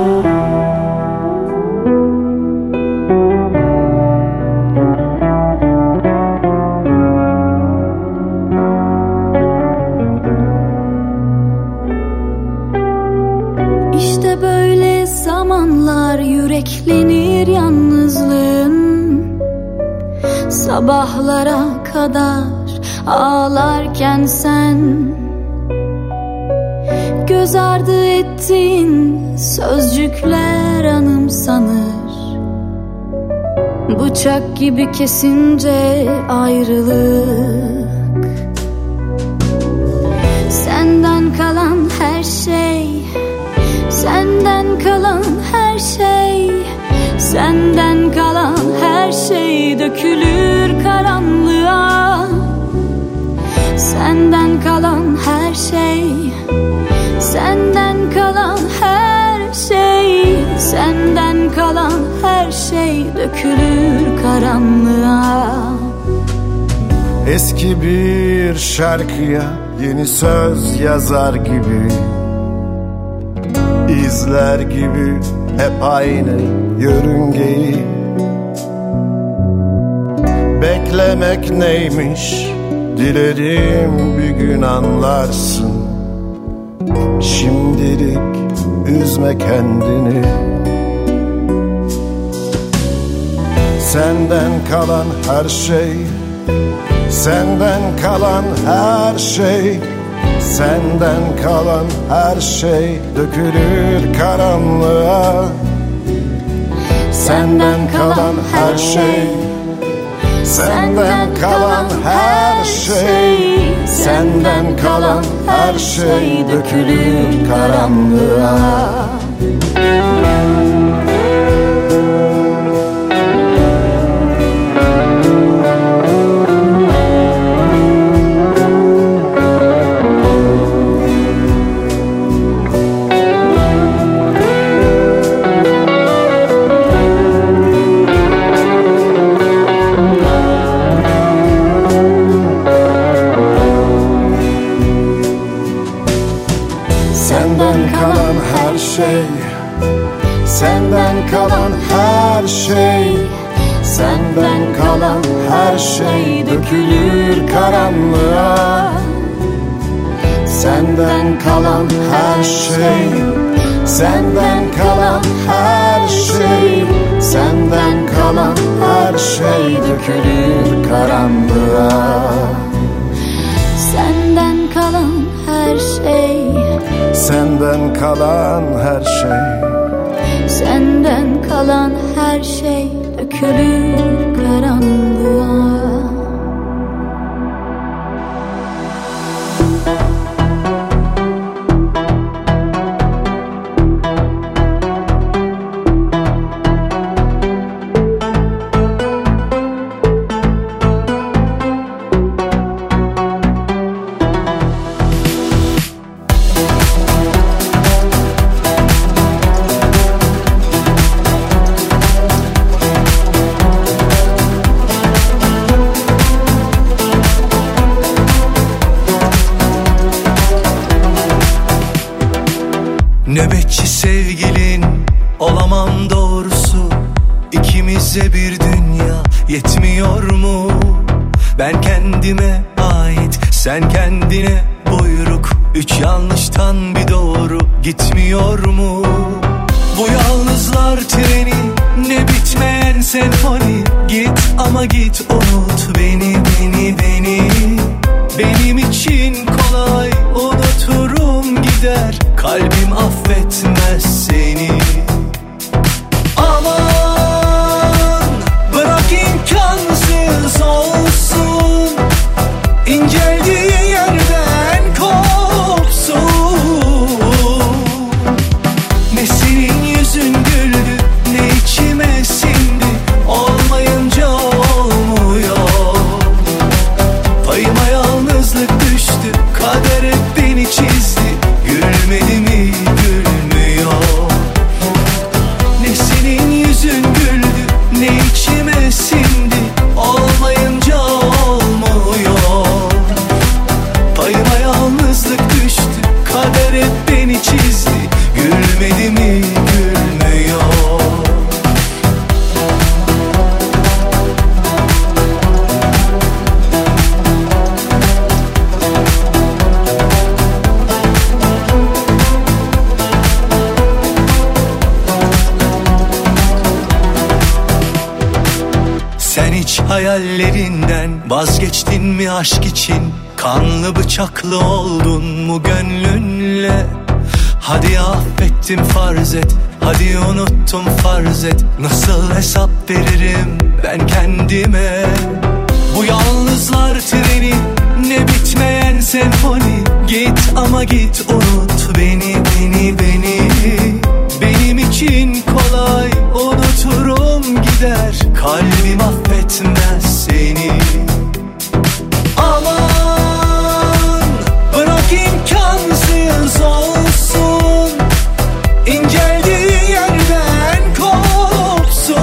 B: İşte böyle zamanlar yüreklenir yalnızlığın. Sabahlara kadar ağlarken sen göz ardı ettiğin sözcükler anımsanır. Bıçak gibi kesince ayrılık. Senden kalan her şey, senden kalan her şey, senden kalan her şey dökülür karanlığa. Senden kalan her şey, senden kalan her şey, senden kalan her şey dökülür karanlığa.
M: Eski bir şarkıya yeni söz yazar gibi, izler gibi hep aynı yörüngeyi. Beklemek neymiş dilerim bir gün anlarsın. Şimdilik üzme kendini. Senden kalan her şey, senden kalan her şey, senden kalan her şey dökülür karanlığa. Senden kalan her şey, senden kalan her şey, Senden kalan her şey dökülür karanlığa. Senden kalan her şey, senden kalan her şey dökülür karanlığa. Senden kalan her şey, senden kalan her şey, senden kalan her şey dökülür karanlığa.
B: Senden kalan her şey,
M: senden kalan her şey,
B: senden kalan her şey dökülür karanlığa.
N: Nöbetçi sevgilin olamam doğrusu. İkimize bir dünya yetmiyor mu? Ben kendime ait, sen kendine buyruk. Üç yanlıştan bir doğru gitmiyor mu? Bu yalnızlar treni, ne bitmeyen senfoni. Git ama git, unut beni, beni, beni. Benim için kolay, unuturum gider. Kalbim affetmez seni. Aman bırak imkansız olsun, inceldiği yerden kopsun. Ne senin yüzün güldü, ne içime sindi. Olmayınca olmuyor. Payıma yalnızlık düştü, kader hep beni çizdi. Gülmedi mi, gülmüyor. Ne senin yüzün güldü, ne içime sindi. Olmayınca olmuyor. Payıma yalnızlık düştü, kader hep beni çizdi. Gülmedi mi, gülmüyor. Sen hiç hayallerinden vazgeçtin mi aşk için? Kanlı bıçaklı oldun mu gönlünle? Hadi affettim farz et, hadi unuttum farz et. Nasıl hesap veririm ben kendime? Bu yalnızlar treni, ne bitmeyen senfoni. Git ama git, unut beni, beni, beni. Benim için kolay, unuturum gider. Kalbim affetmez seni. Aman bırak imkansız olsun, inceldiği yerden kopsun.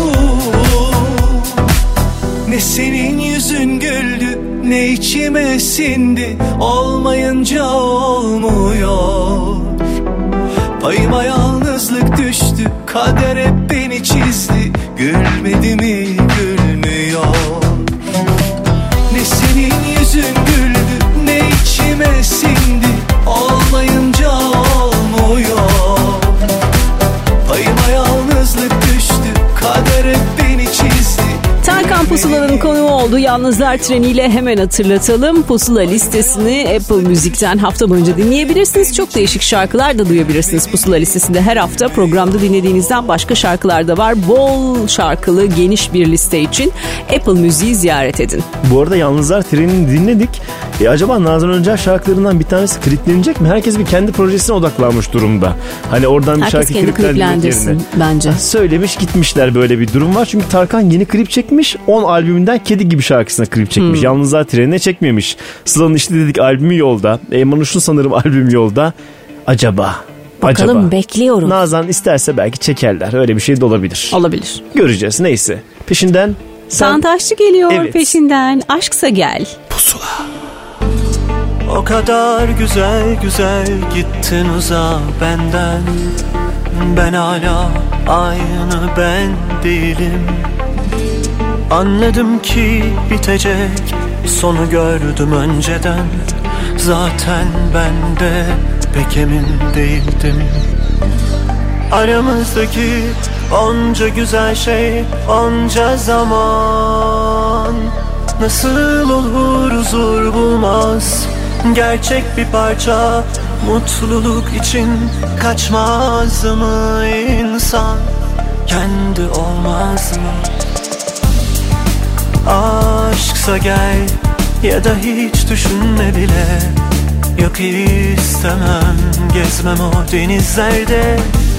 N: Ne senin yüzün güldü, ne içime sindi. Olmayınca olmuyor. Payıma yalnızlık düştü, kader hep beni çizdi. Gülmedi mi, gülmüyor. Ne senin yüzün güldü, ne içime sindi. Olmayınca olmuyor. Payıma yalnızlık düştü, kader hep beni çizdi.
D: Tarkan Pusula'nın konuğu oldu. Yalnızlar treniyle hemen hatırlatalım. Pusula listesini Apple Müzik'ten hafta boyunca dinleyebilirsiniz. Çok değişik şarkılar da duyabilirsiniz Pusula listesinde. Her hafta programda dinlediğinizden başka şarkılar da var. Bol şarkılı geniş bir liste için Apple Müziği ziyaret edin.
C: Bu arada Yalnızlar Treni'ni dinledik. Acaba Nazan Öncel şarkılarından bir tanesi kliplenecek mi? Herkes bir kendi projesine odaklanmış durumda. Hani oradan bir
D: herkes
C: şarkı
D: kliplendirsin bence.
C: Söylemiş gitmişler, böyle bir durum var. Çünkü Tarkan yeni klip çekmiş. 10 albümünden Kedi Gibi şarkısına klip çekmiş. Yalnızlar Treni'ne çekmemiş. Sıla'nın işte dedik albümü yolda. Manuş'un sanırım albümü yolda. Acaba?
D: Bekliyorum.
C: Nazan isterse belki çekerler. Öyle bir şey de olabilir.
D: Olabilir.
C: Göreceğiz. Neyse. Peşinden
D: Santaşçı geliyor, evet. Peşinden Aşksa Gel.
C: Pusula.
N: O kadar güzel güzel gittin uzağa benden. Ben hala aynı ben değilim. Anladım ki bitecek, sonu gördüm önceden. Zaten ben de pek emin değildim. Aramızdaki onca güzel şey, onca zaman nasıl olur huzur bulmaz? Gerçek bir parça mutluluk için kaçmaz mı insan? Kendi olmaz mı? Aşksa gel ya da hiç düşünme bile. Yok istemem, gezmem o denizlerde.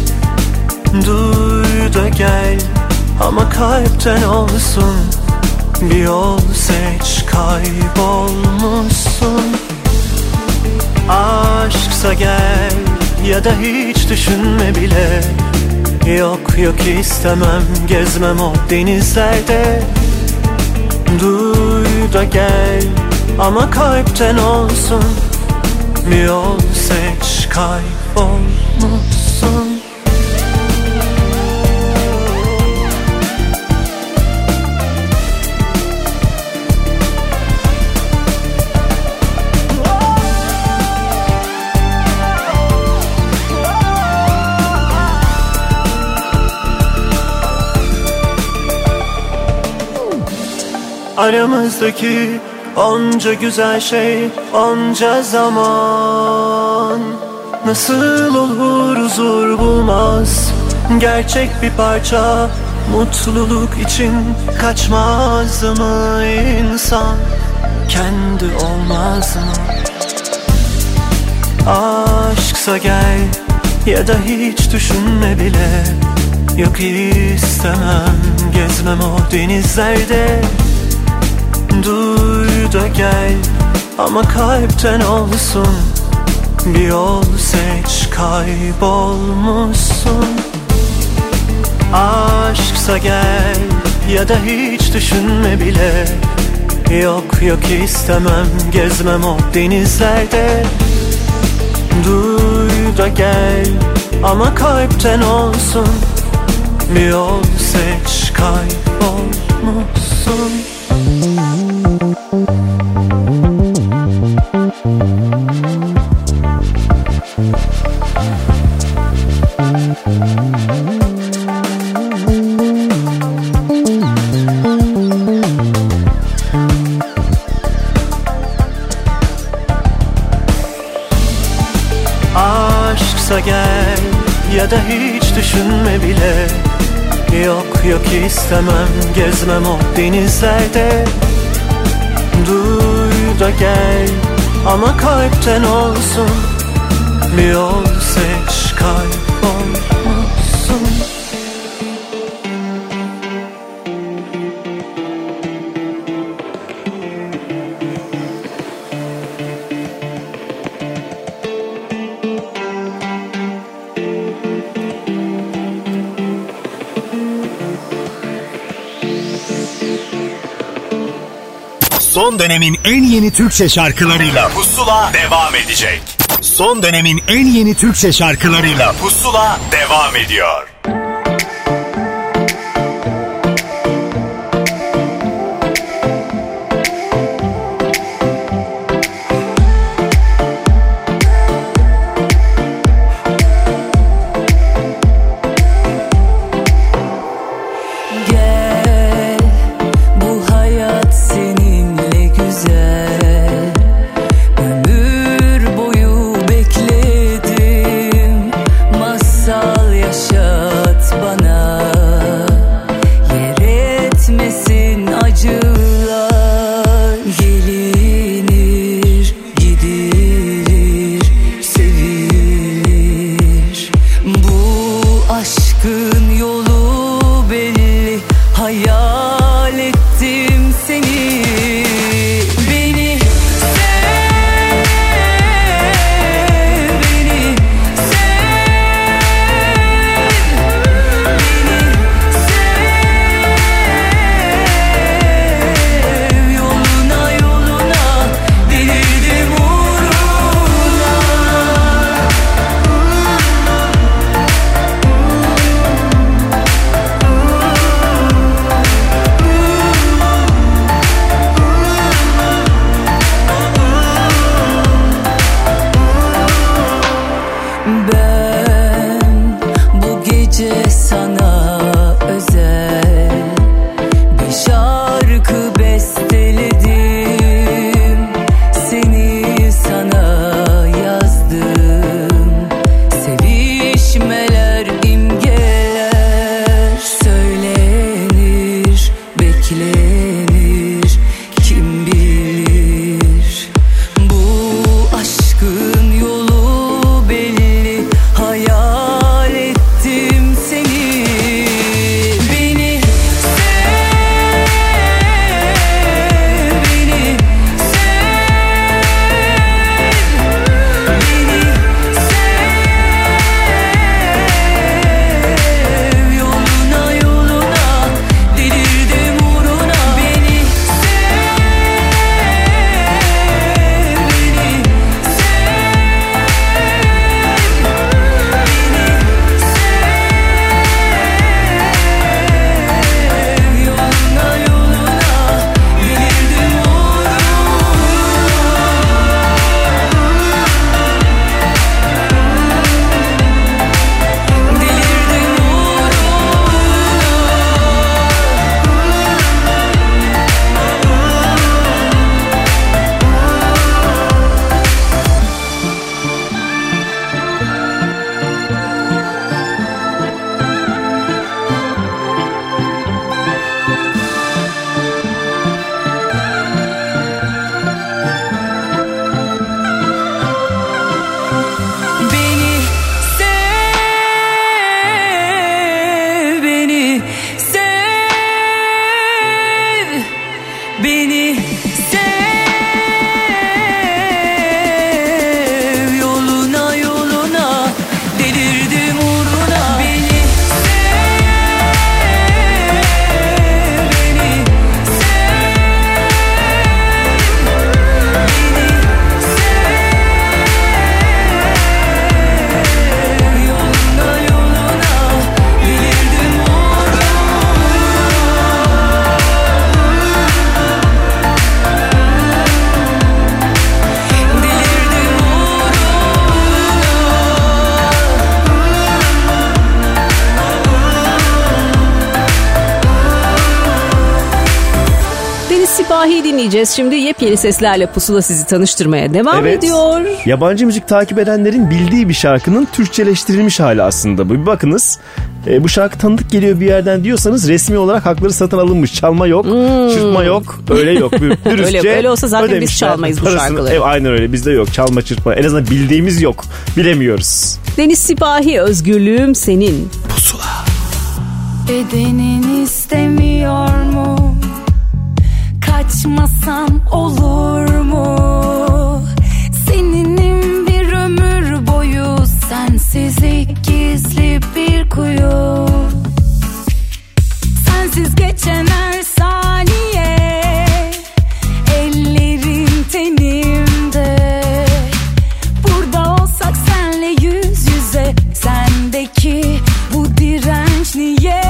N: Duy da gel ama kalpten olsun. Bir yol seç, kaybolmuşsun. Aşksa gel ya da hiç düşünme bile. Yok yok istemem, gezmem o denizlerde. Duy da gel ama kalpten olsun. Bir yol seç, kaybolmuşsun. Aramızdaki onca güzel şey, onca zaman nasıl olur huzur bulmaz? Gerçek bir parça mutluluk için kaçmaz mı insan? Kendi olmaz mı? Aşksa gel ya da hiç düşünme bile. Yok istemem, gezmem o denizlerde. Duy da gel ama kalpten olsun. Bir yol seç, kaybolmuşsun. Aşksa gel ya da hiç düşünme bile. Yok yok istemem, gezmem o denizlerde. Duy da gel ama kalpten olsun. Bir yol seç, kaybolmuşsun. Aşksa gel ya da hiç düşünme bile. Yok yok istemem, gezmem o denizlerde. Duy da gel ama kalpten olsun. Bir yol seç, kaybolmuşsun.
A: Son dönemin en yeni Türkçe şarkılarıyla Pusula devam edecek. Son dönemin en yeni Türkçe şarkılarıyla Pusula devam ediyor.
I: Gel, bu
D: Sipahi dinleyeceğiz. Şimdi yepyeni seslerle Pusula sizi tanıştırmaya devam ediyor.
C: Yabancı müzik takip edenlerin bildiği bir şarkının Türkçeleştirilmiş hali aslında bu. Bir bakınız. Bu şarkı tanıdık geliyor bir yerden diyorsanız resmi olarak hakları satın alınmış. Çalma yok, çırpma yok, öyle yok. Dürüstçe
D: öyle olsa zaten biz çalmayız bu şarkıları.
C: Aynen öyle, bizde yok. Çalma, çırpma. En azından bildiğimiz yok. Bilemiyoruz.
D: Deniz Sipahi, Özgürlüğüm Senin.
C: Pusula.
O: Bedenin istemiyor mu? Kaçmasam olur mu? Seninim bir ömür boyu, sensizlik gizli bir kuyu. Sensiz geçen her saniye, ellerin tenimde. Burada olsak senle yüz yüze, sendeki bu direnç niye?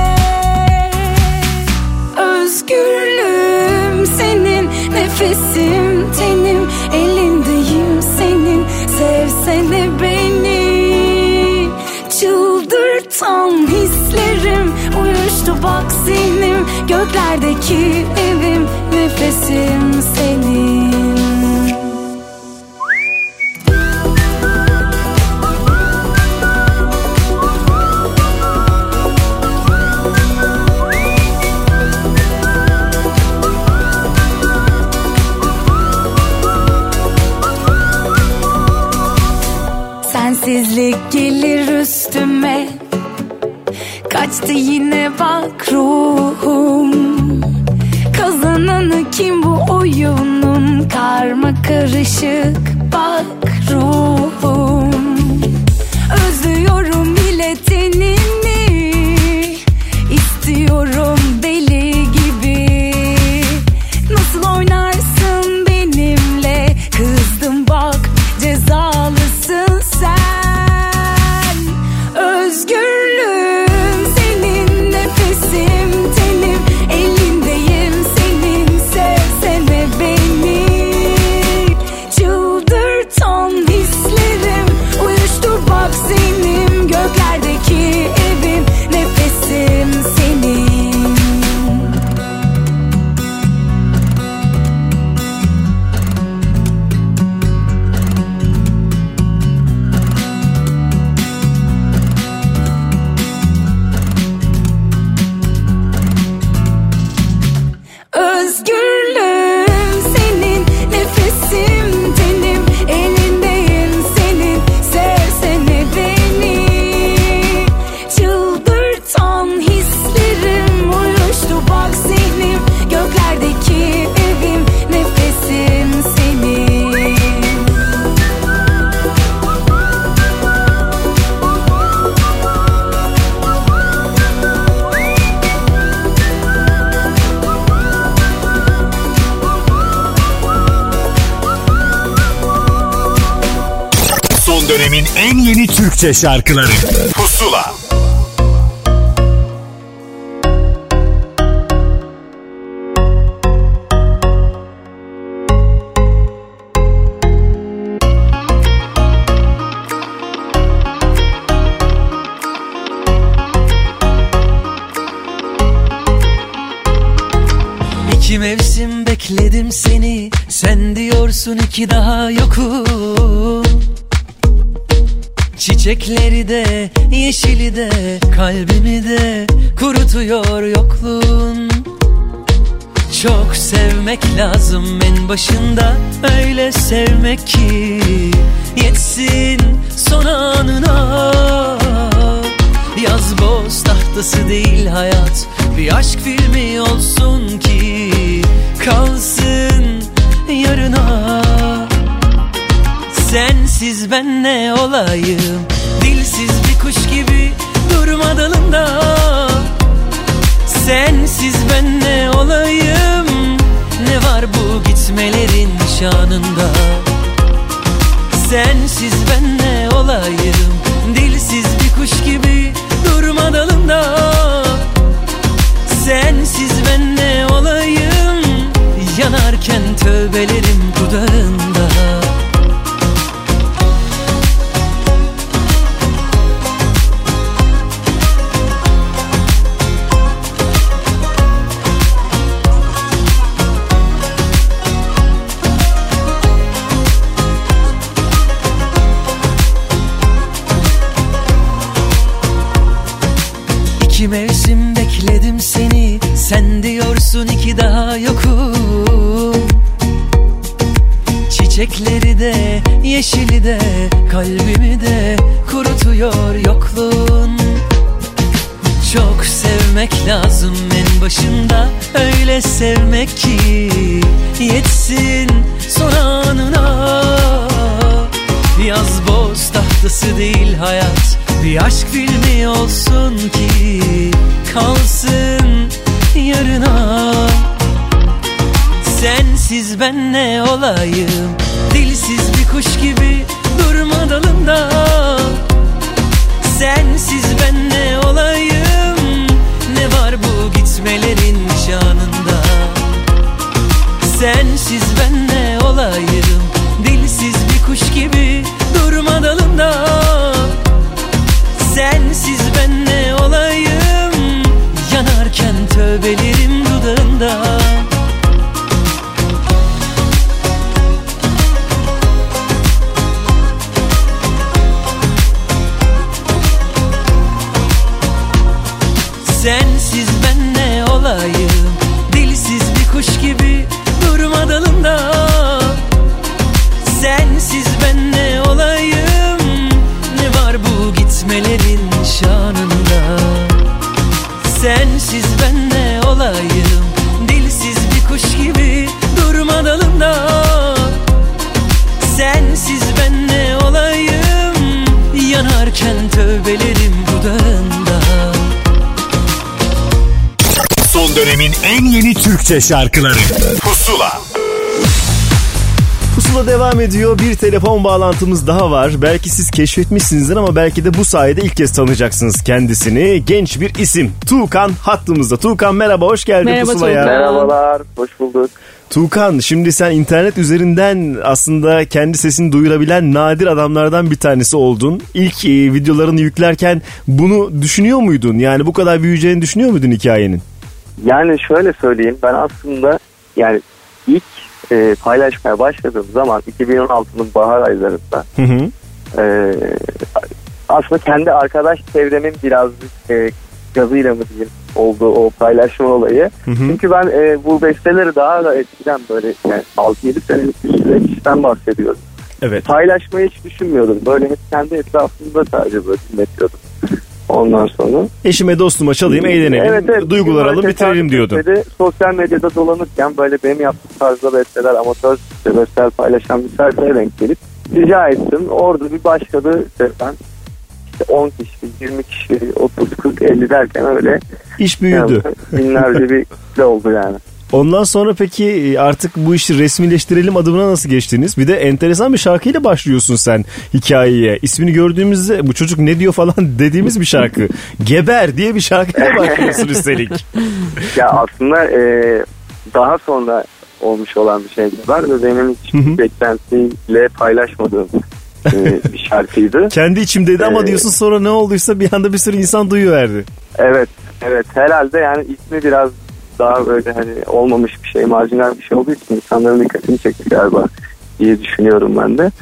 O: Özgürlüğüm senin, nefesim tenim, elindeyim senin, sevsene beni. Çıldırtan hislerim, uyuştu bak zihnim, göklerdeki evim, nefesim senin. Sensizlik gelir üstüme, kaçtı yine bak ruhum. Kazananı kim bu oyunun, karma karışık bak ruhum. Özlüyorum bile tenini, istiyorum deli gibi. Nasıl oynarsın benimle, kızdım bak cezalısın sen. Özgürlüğüm senin, nefesim tenim, elindeyim senin, sevsene beni. Çıldırtan hislerim, uyuştur bak zihnim, göklerdeki evim, nefesim senin. Özgürlüğüm senin, nefesim tenim, elindeyim senin, sevsene beni. Çıldırtan hislerim, uyuştu bak zihnim, göklerdeki evim, nefesim senin.
A: Son dönemin en yeni Türkçe şarkıları Pusula.
P: İki mevsim bekledim seni, sen diyorsun iki daha yokum. Çiçekleri de, yeşili de, kalbimi de kurutuyor yokluğun. Çok sevmek lazım en başında, öyle sevmek ki yetsin son anına. Yaz boz tahtası değil hayat, bir aşk filmi olsun ki kalsın yarına. Sensiz ben ne olayım, dilsiz bir kuş gibi durma dalında. Sensiz ben ne olayım, ne var bu gitmelerin şanında. Sensiz ben ne olayım, dilsiz bir kuş gibi durma dalında. Sensiz ben ne olayım, yanarken tövbelerim dudağında. İki mevsim bekledim seni, sen diyorsun iki daha yokum. Çiçekleri de yeşili de kalbimi de kurutuyor yokluğun. Çok sevmek lazım en başında, öyle sevmek ki yetsin son anına. Yaz boz tahtası değil hayat, bir aşk filmi olsun ki kalsın yarına. Sensiz ben ne olayım, dilsiz bir kuş gibi durma dalında. Sensiz ben ne olayım, ne var bu gitmelerin şanında. Sensiz ben ne olayım, dilsiz bir kuş gibi durma dalında. Sensiz ben ne olayım, yanarken tövbelerim dudağında. Sensiz ben ne olayım, dilsiz bir kuş gibi durma dalında. Sensiz ben ne olayım, ne var bu gitmelerin şanında. Sensiz ben ne olayım, dilsiz bir kuş gibi durma dalında. Sensiz ben ne olayım, yanarken tövbelerim dudağında.
A: Son dönemin en yeni Türkçe şarkıları Pusula.
C: Pusula devam ediyor. Bir telefon bağlantımız daha var. Belki siz keşfetmişsinizdir ama belki de bu sayede ilk kez tanıyacaksınız kendisini. Genç bir isim. Tuğkan hattımızda. Tuğkan merhaba, hoş geldin
D: merhaba
C: Pusula'ya.
L: Merhabalar, hoş bulduk.
C: Tuğkan, şimdi sen internet üzerinden aslında kendi sesini duyurabilen nadir adamlardan bir tanesi oldun. İlk videolarını yüklerken bunu düşünüyor muydun? Yani bu kadar büyüyeceğini düşünüyor muydun hikayenin?
L: Yani şöyle söyleyeyim, ben aslında yani ilk paylaşmaya başladığım zaman 2016'nın bahar aylarında aslında kendi arkadaş çevremin birazcık gazıyla mı diyeyim olduğu o paylaşma olayı. Çünkü ben bu besteleri daha da eskiden böyle yani 6-7 senelik bir süreçten bahsediyorum.
C: Evet.
L: Paylaşmayı hiç düşünmüyordum. Böyle hep kendi etrafımda sadece böyle dinletiyordum. Ondan sonra
C: eşime dostuma çalayım, eğlenelim, duygular alıp bitirelim diyordun.
L: Sosyal medyada dolanırken böyle benim yaptığım tarzda besteler, amatör besteler paylaşan bir sayfaya denk gelip rica ettim. Orada bir başladı ben işte 10 kişi, 20 kişi, 30, 40, 50 derken öyle
C: İş büyüdü.
L: Yani binlerce bir kitle oldu yani.
C: Ondan sonra peki artık bu işi resmileştirelim adımına nasıl geçtiniz? Bir de enteresan bir şarkıyla başlıyorsun sen hikayeye. İsmini gördüğümüzde bu çocuk ne diyor falan dediğimiz bir şarkı. Geber diye bir şarkıyla başlıyorsun üstelik.
L: Ya aslında daha sonra olmuş olan bir şey var ve benim hiç beklentiyle paylaşmadığım bir şarkıydı.
C: Kendi içimdeydi ama diyorsun sonra ne olduysa bir anda bir sürü insan duyuverdi.
L: Evet herhalde yani ismi biraz daha böyle hani olmamış bir şey, marjinal bir şey olduğu için insanların dikkatini çekti galiba diye düşünüyorum ben de.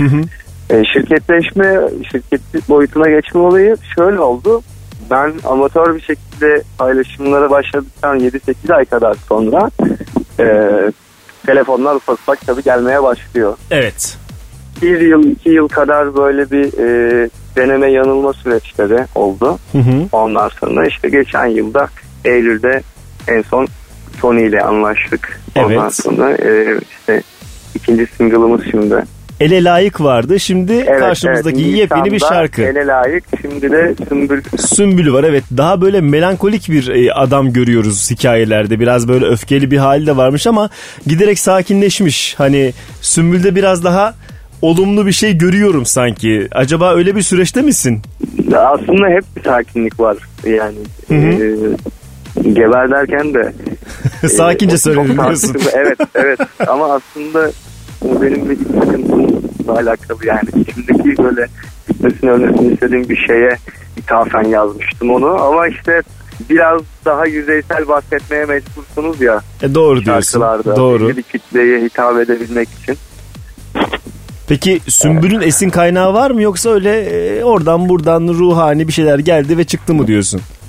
L: Şirket boyutuna geçme olayı şöyle oldu. Ben amatör bir şekilde paylaşımlara başladıktan 7-8 ay kadar sonra telefonlar ufak tabii gelmeye başlıyor.
C: Evet.
L: 1 yıl 2 yıl kadar böyle bir deneme yanılma süreçleri oldu. Ondan sonra işte geçen yılda Eylül'de en son Tony ile anlaştık. Ondan sonra işte ikinci single'ımız şimdi.
C: Ele Layık vardı. Şimdi karşımızdaki yepyeni bir şarkı.
L: Ele Layık. Şimdi de Sümbül.
C: Sümbül var, evet. Daha böyle melankolik bir adam görüyoruz hikayelerde. Biraz böyle öfkeli bir hali de varmış ama giderek sakinleşmiş. Hani Sümbül'de biraz daha olumlu bir şey görüyorum sanki. Acaba öyle bir süreçte misin?
L: Aslında hep bir sakinlik var. Yani geber derken de
C: sakince söyledim diyorsun.
L: Evet ama aslında bu benim bir sıkıntımla alakalı yani. Şimdiki böyle gitmesini ölmesini istediğim bir şeye ithafen yazmıştım onu ama işte biraz daha yüzeysel bahsetmeye mecbursunuz ya.
C: Doğru diyorsun. Doğru.
L: Bir kitleye hitap edebilmek için.
C: Peki Sümbül'ün esin kaynağı var mı yoksa öyle oradan buradan ruhani bir şeyler geldi ve çıktı mı diyorsun?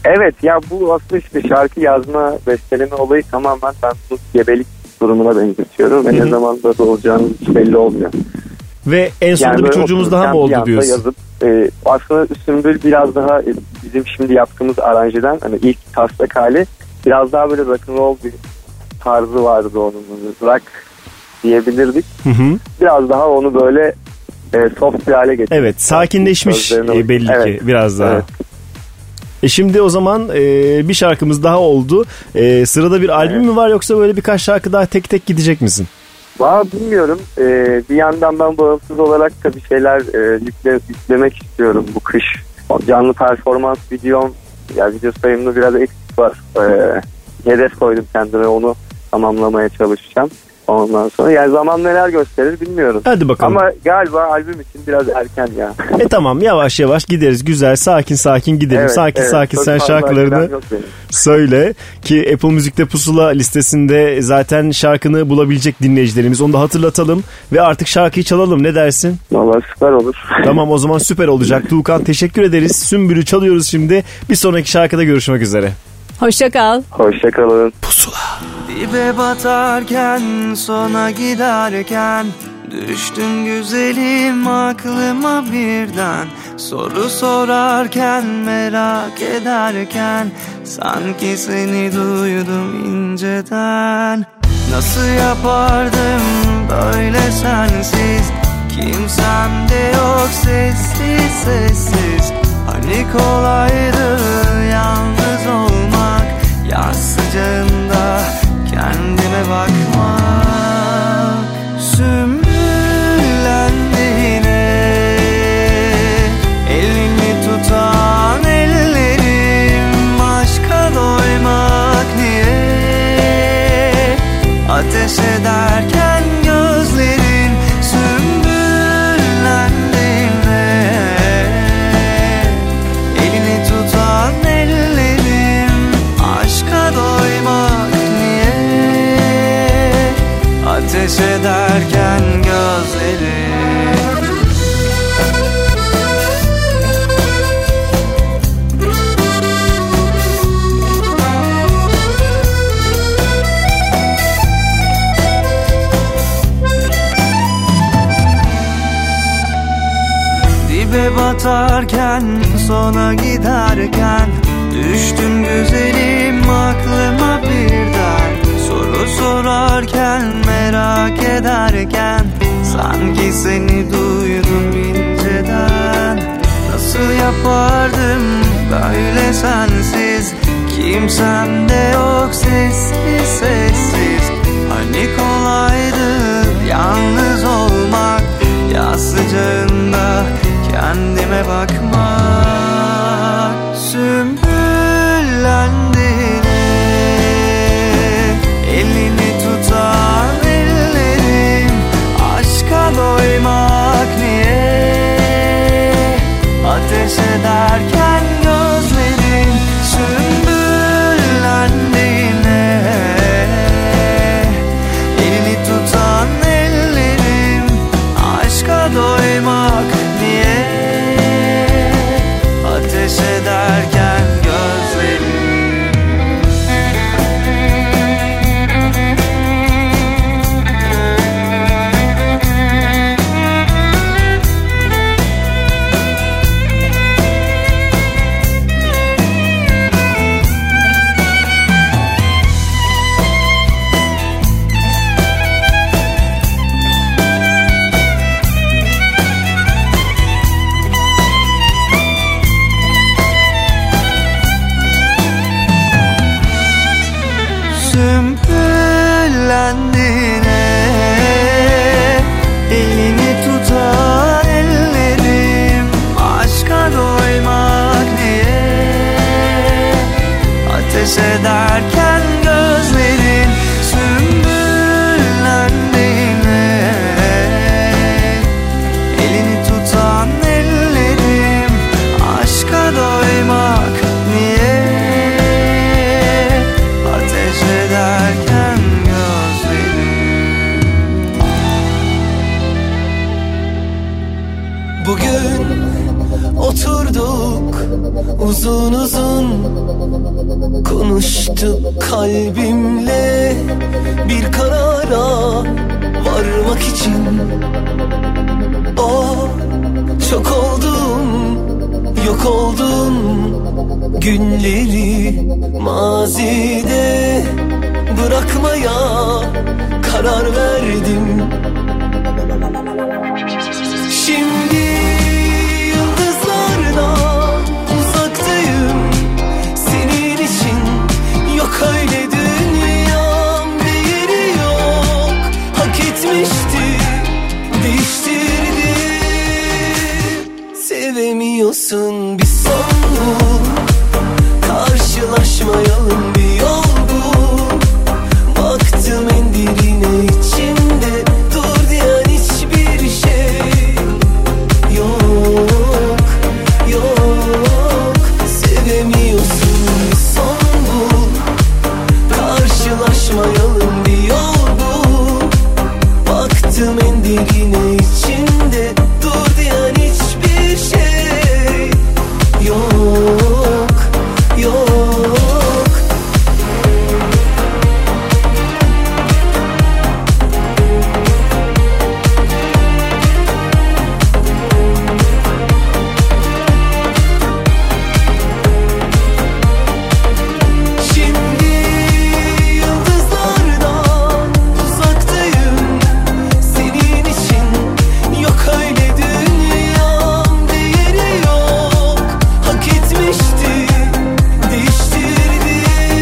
L: Evet ya, bu aslında işte şarkı yazma, besteleme olayı tamamen ben bu gebelik durumuna benzetiyorum. Ve ne zaman da olacağını hiç belli olmuyor.
C: Ve en sonunda yani bir çocuğumuz daha mı oldu diyorsun?
L: Yazıp, aslında Sümbül biraz daha bizim şimdi yaptığımız aranjeden, hani ilk taslak hali biraz daha böyle rock'n'roll bir tarzı vardı onun. Rock diyebilirdik. Biraz daha onu böyle soft bir hale getirdik.
C: Evet, sakinleşmiş belli ki biraz daha. Evet. Şimdi o zaman bir şarkımız daha oldu. Sırada bir albüm mü var, yoksa böyle birkaç şarkı daha tek tek gidecek misin?
L: Bilmiyorum. Bir yandan ben bağımsız olarak da bir şeyler yüklemek istiyorum bu kış. Canlı performans videom, yani video sayımda biraz eksik var. Hedef koydum kendime, onu tamamlamaya çalışacağım. Ondan sonra yani zaman neler gösterir bilmiyorum.
C: Hadi bakalım.
L: Ama galiba albüm için biraz erken ya.
C: Tamam, yavaş yavaş gideriz. Güzel, sakin gidelim. Evet, sakin sen şarkılarını söyle ki Apple Müzik'te Pusula listesinde zaten şarkını bulabilecek dinleyicilerimiz. Onu da hatırlatalım ve artık şarkıyı çalalım. Ne dersin?
L: Vallahi süper olur.
C: Tamam, o zaman süper olacak. Tuğkan, teşekkür ederiz. Sümbül'ü çalıyoruz şimdi. Bir sonraki şarkıda görüşmek üzere.
D: Hoşça kal.
L: Hoşça kalın.
C: Pusula.
K: Dibe batarken, sona giderken, düştün güzelim aklıma birden. Soru sorarken, merak ederken, sanki seni duydum inceden. Nasıl yapardım böyle sensiz, kimsem de yok, sessiz sessiz. Hani kolaydı yalnız olmak, yaz sıcağında kendime bakmak. Sümbüllendi yine elini tutan ellerim, aşka doymak niye? Ateş ederken gözlerin, sümbüllendi yine elini tutan ellerim, aşka doymak niye? Ateş ederken gözlerim. Dibe batarken, sona giderken, düştün güzelim aklıma birden. Soru sorarken, merak ederken, sanki seni duydum inceden. Nasıl yapardım böyle sensiz, kimsem de yok, sessiz sessiz. Hani kolaydı yalnız olmak, yaz sıcağında kendime bakmak. Sümbüllendi elini tutan ellerim, aşka doymak niye? Ateş ederken gözlerin, sümbüllendi yine elini tutan ellerim, aşka doymak niye? Ateş ederken gözlerim. Sümbüllendi yine elini tutan ellerim, aşka doymak niye? Ateş ederken gözlerin, sümbüllendi yine elini tutan ellerim, aşka doymak niye? Ateş ederken gözlerim.
H: Bugün
N: oturduk uzun uzun konuştuk kalbimle bir karara varmak için. Oh, çok oldum, yok oldum, günleri mazide bırakmaya karar verdim. Şimdi yıldızlardan uzaktayım, senin için yok öyle dünyam, değeri yok, hak etmişti, değiştirdi. Sevemiyorsun bir son bu, karşılaşmayalım bir yol bu. Baktım en derine içimde, dur diyen hiçbir şey yok, yok. Sevemiyorsun bir son bu, karşılaşmayalım bir yol bu. Baktım en derine içimde, dur diyen hiçbir şey yok, yok. Şimdi yıldızlardan uzaktayım, senin için yok öyle dünyam, değeri yok, hak etmişti, değiştirdi.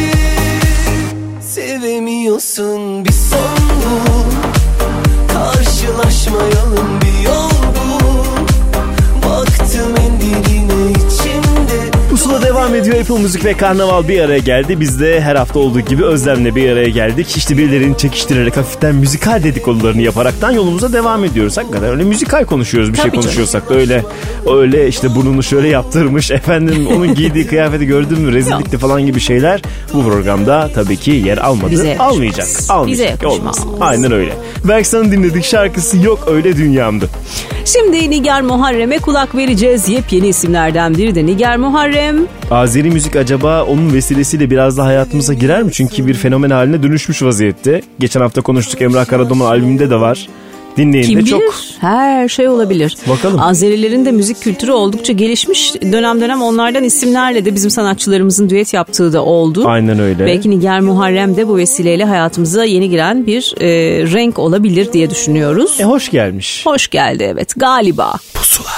N: Sevemiyorsun bir son bu, karşılaşmayalım bir yol bu. Baktım en derine içimde.
C: Pusula devam ediyor. Apple Müzik ve Karnaval bir araya geldi. Biz de her hafta olduğu gibi Özlem'le bir araya geldik. İşte birilerini çekiştirerek hafiften müzikal dedikodularını yaparaktan yolumuza devam ediyoruz. Hakikaten öyle müzikal konuşuyoruz. Bir
D: Tabii
C: şey konuşuyorsak da öyle işte burnunu şöyle yaptırmış. Efendim onun giydiği kıyafeti gördün mü? Rezillikti falan gibi şeyler bu programda tabii ki yer almadı.
D: Bize
C: Almayacak.
D: Bize yakışmaz.
C: Olmaz. Aynen öyle. Berksan'ın dinledik şarkısı Yok Öyle Dünyamdı.
D: Şimdi Nigar Muharrem'e kulak vereceğiz. Yepyeni isimlerden biri de Nigar Muharrem.
C: Azeri müzik acaba onun vesilesiyle biraz da hayatımıza girer mi? Çünkü bir fenomen haline dönüşmüş vaziyette. Geçen hafta konuştuk, Emrah Karaduman albümünde de var. Dinleyin
D: Kim
C: de
D: bilir?
C: çok.
D: Her şey olabilir.
C: Bakalım.
D: Azerilerin de müzik kültürü oldukça gelişmiş. Dönem dönem onlardan isimlerle de bizim sanatçılarımızın düet yaptığı da oldu.
C: Aynen öyle.
D: Belki Nigar Muharrem de bu vesileyle hayatımıza yeni giren bir renk olabilir diye düşünüyoruz.
C: Hoş gelmiş.
D: Hoş geldi, evet, galiba.
C: Pusula.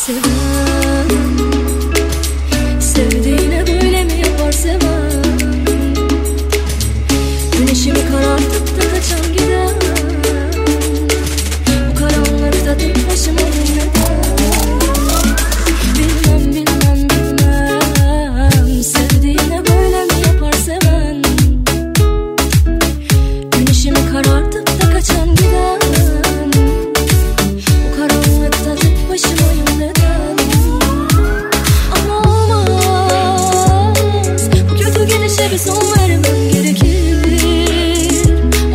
B: Sevdiğine böyle mi yapar seven? Güneşimi karartıp da kaçan gider. Bu karanlıkta tek başıma neden? Bilmem sevdiğine böyle mi yapar seven? Güneşimi karartıp da kaçan gider. Bu karanlıkta tek başımayım neden? Ama olmaz, bu kötü gidişe bir son vermem gerekir.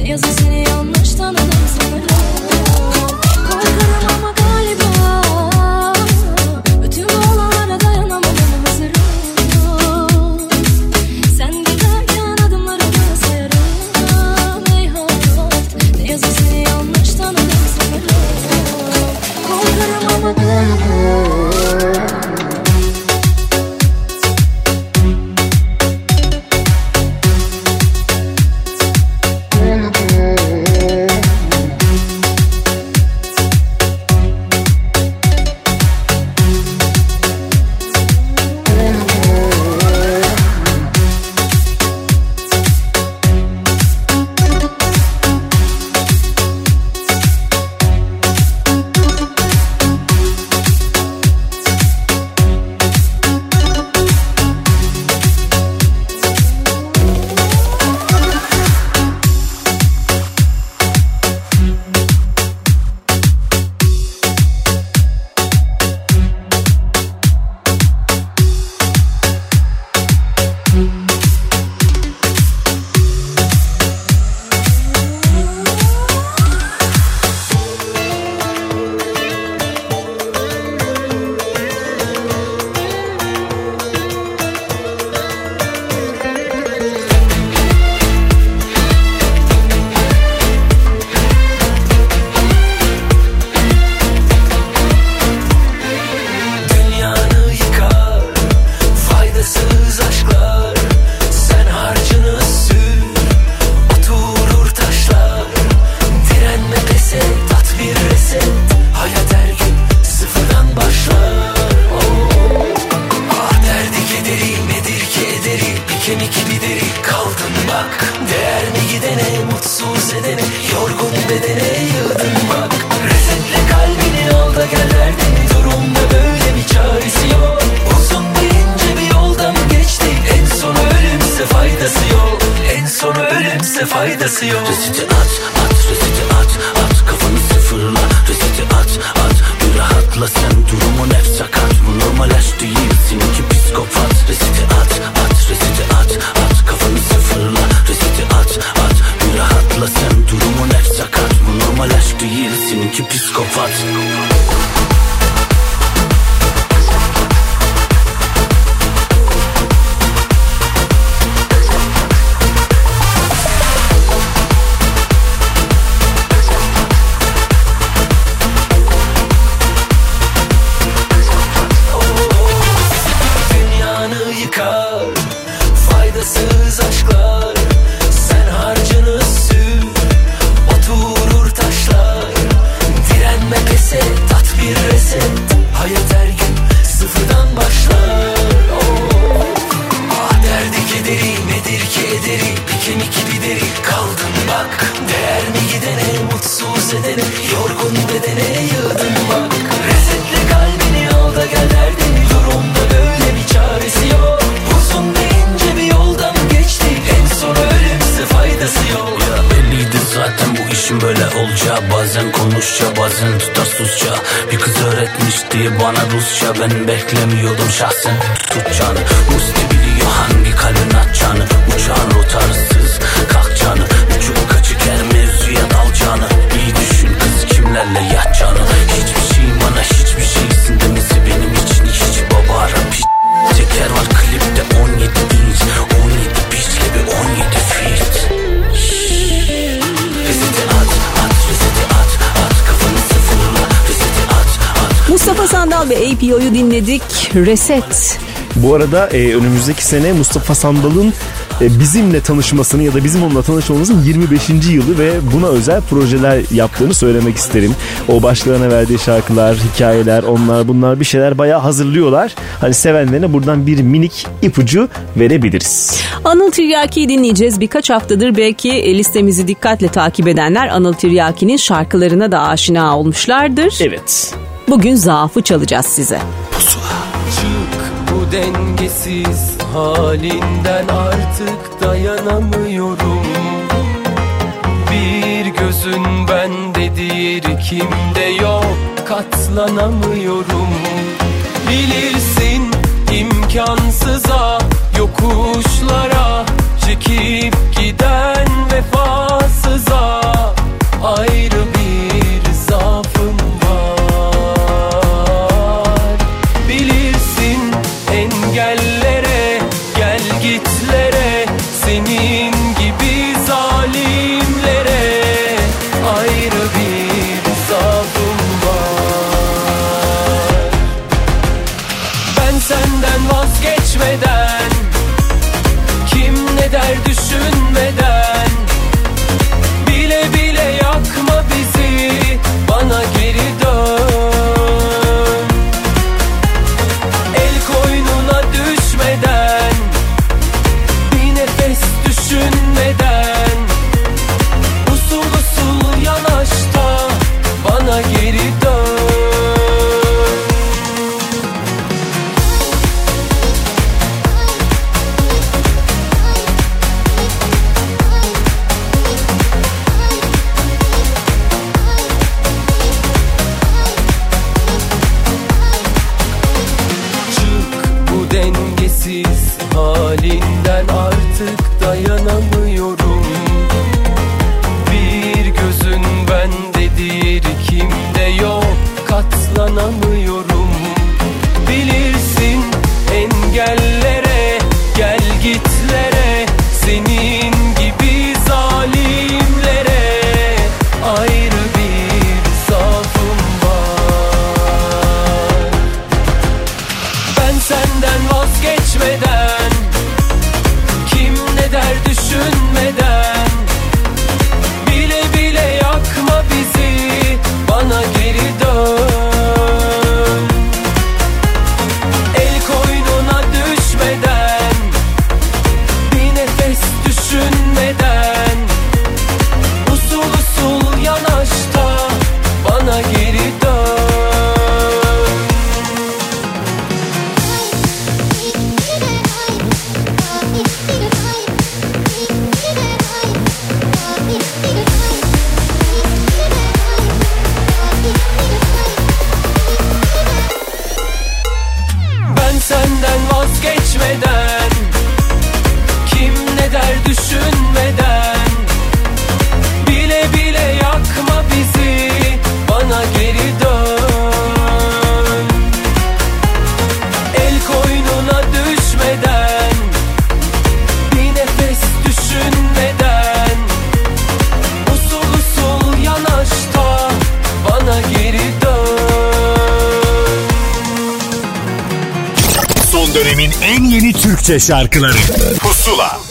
B: Ne yazık seni yanlış tanıdım sanırım. Korkarım ama galiba bütün bu olanlara dayanamadım, hazırım. Sen giderken adımlarımı sayarım. Ey hayat, ne yazık seni yanlış tanıdım sanırım. Korkarım ama galiba
Q: ben beklemiyordum şahsen. Tutacağını Musti biliyor hangi kalbin atacağını. Uçağın rotarsız kalkacağını. Ucu kaçık her mevzuya dalacağını. İyi düşün kız kimlerle yatacağını. Hiçbir şeyin bana hiçbir şeysin demesi benim için hiç baba ara piç. Teker var klipte 17 inç 17 piç gibi 17 feet. Reseti at reseti at kafanı sıfırla. Reseti at.
D: Mustafa Sandal ve APO'yu dinledik. Reset.
C: Bu arada önümüzdeki sene Mustafa Sandal'ın bizimle tanışmasını ya da bizim onunla tanışmamızın 25. yılı ve buna özel projeler yaptığını söylemek isterim. O başlarına verdiği şarkılar, hikayeler, onlar bunlar bir şeyler bayağı hazırlıyorlar. Hani sevenlerine buradan bir minik ipucu verebiliriz.
D: Anıl Tiryaki'yi dinleyeceğiz. Birkaç haftadır belki listemizi dikkatle takip edenler Anıl Tiryaki'nin şarkılarına da aşina olmuşlardır.
C: Evet.
D: Bugün Zaaf'ı çalacağız size.
R: Çık bu dengesiz halinden artık dayanamıyorum. Bir gözün bende diğeri kimde yok, katlanamıyorum. Bilirsin imkansıza, yokuşlara çekip giden vefasıza.
A: dönemin en yeni Türkçe şarkıları Pusula.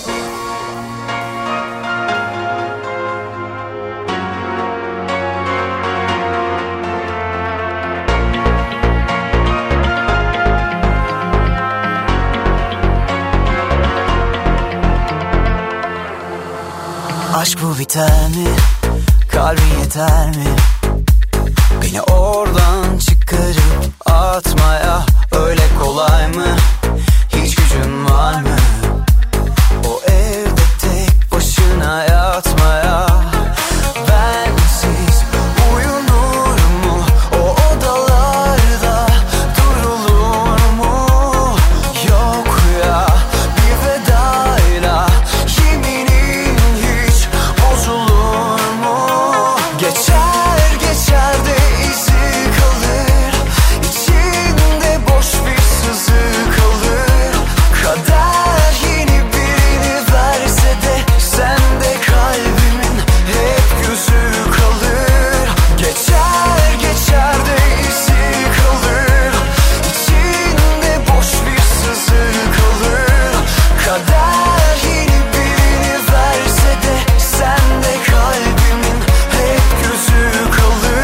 S: Aşk bu biter mi? Kalbi yeter mi? Beni oradan çıkarıp atmaya öyle kolay mı? Hiç gücün var mı? O evde tek başına yatmaya. Bensiz uyunur mu? O odalarda durulur mu? Yok ya bir vedayla yeminin hiç bozulur mu? Geçer geçer de izi kalır, İçinde boş bir sızı kalır. Kader yeni birini verse de sende kalbimin hep gözü kalır. Geçer geçer de izi kalır, İçinde boş bir sızı kalır. Kader yeni birini verse de sende kalbimin hep gözü kalır.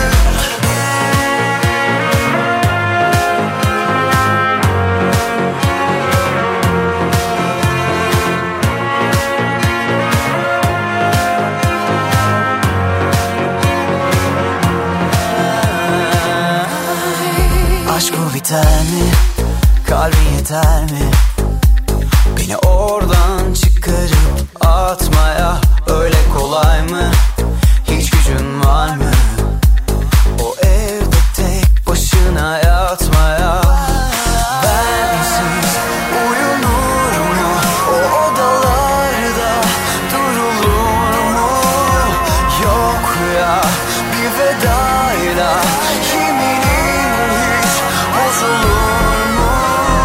S: Aşk bu biter mi? Kalbi yeter mi? Beni oradan çıkarıp atmaya öyle kolay mı? Hiç gücün var mı? O evde tek başına yatmaya. Bensiz uyunur mu? O odalarda durulur mu? Yok ya bir vedayla yeminin hiç bozulur mu?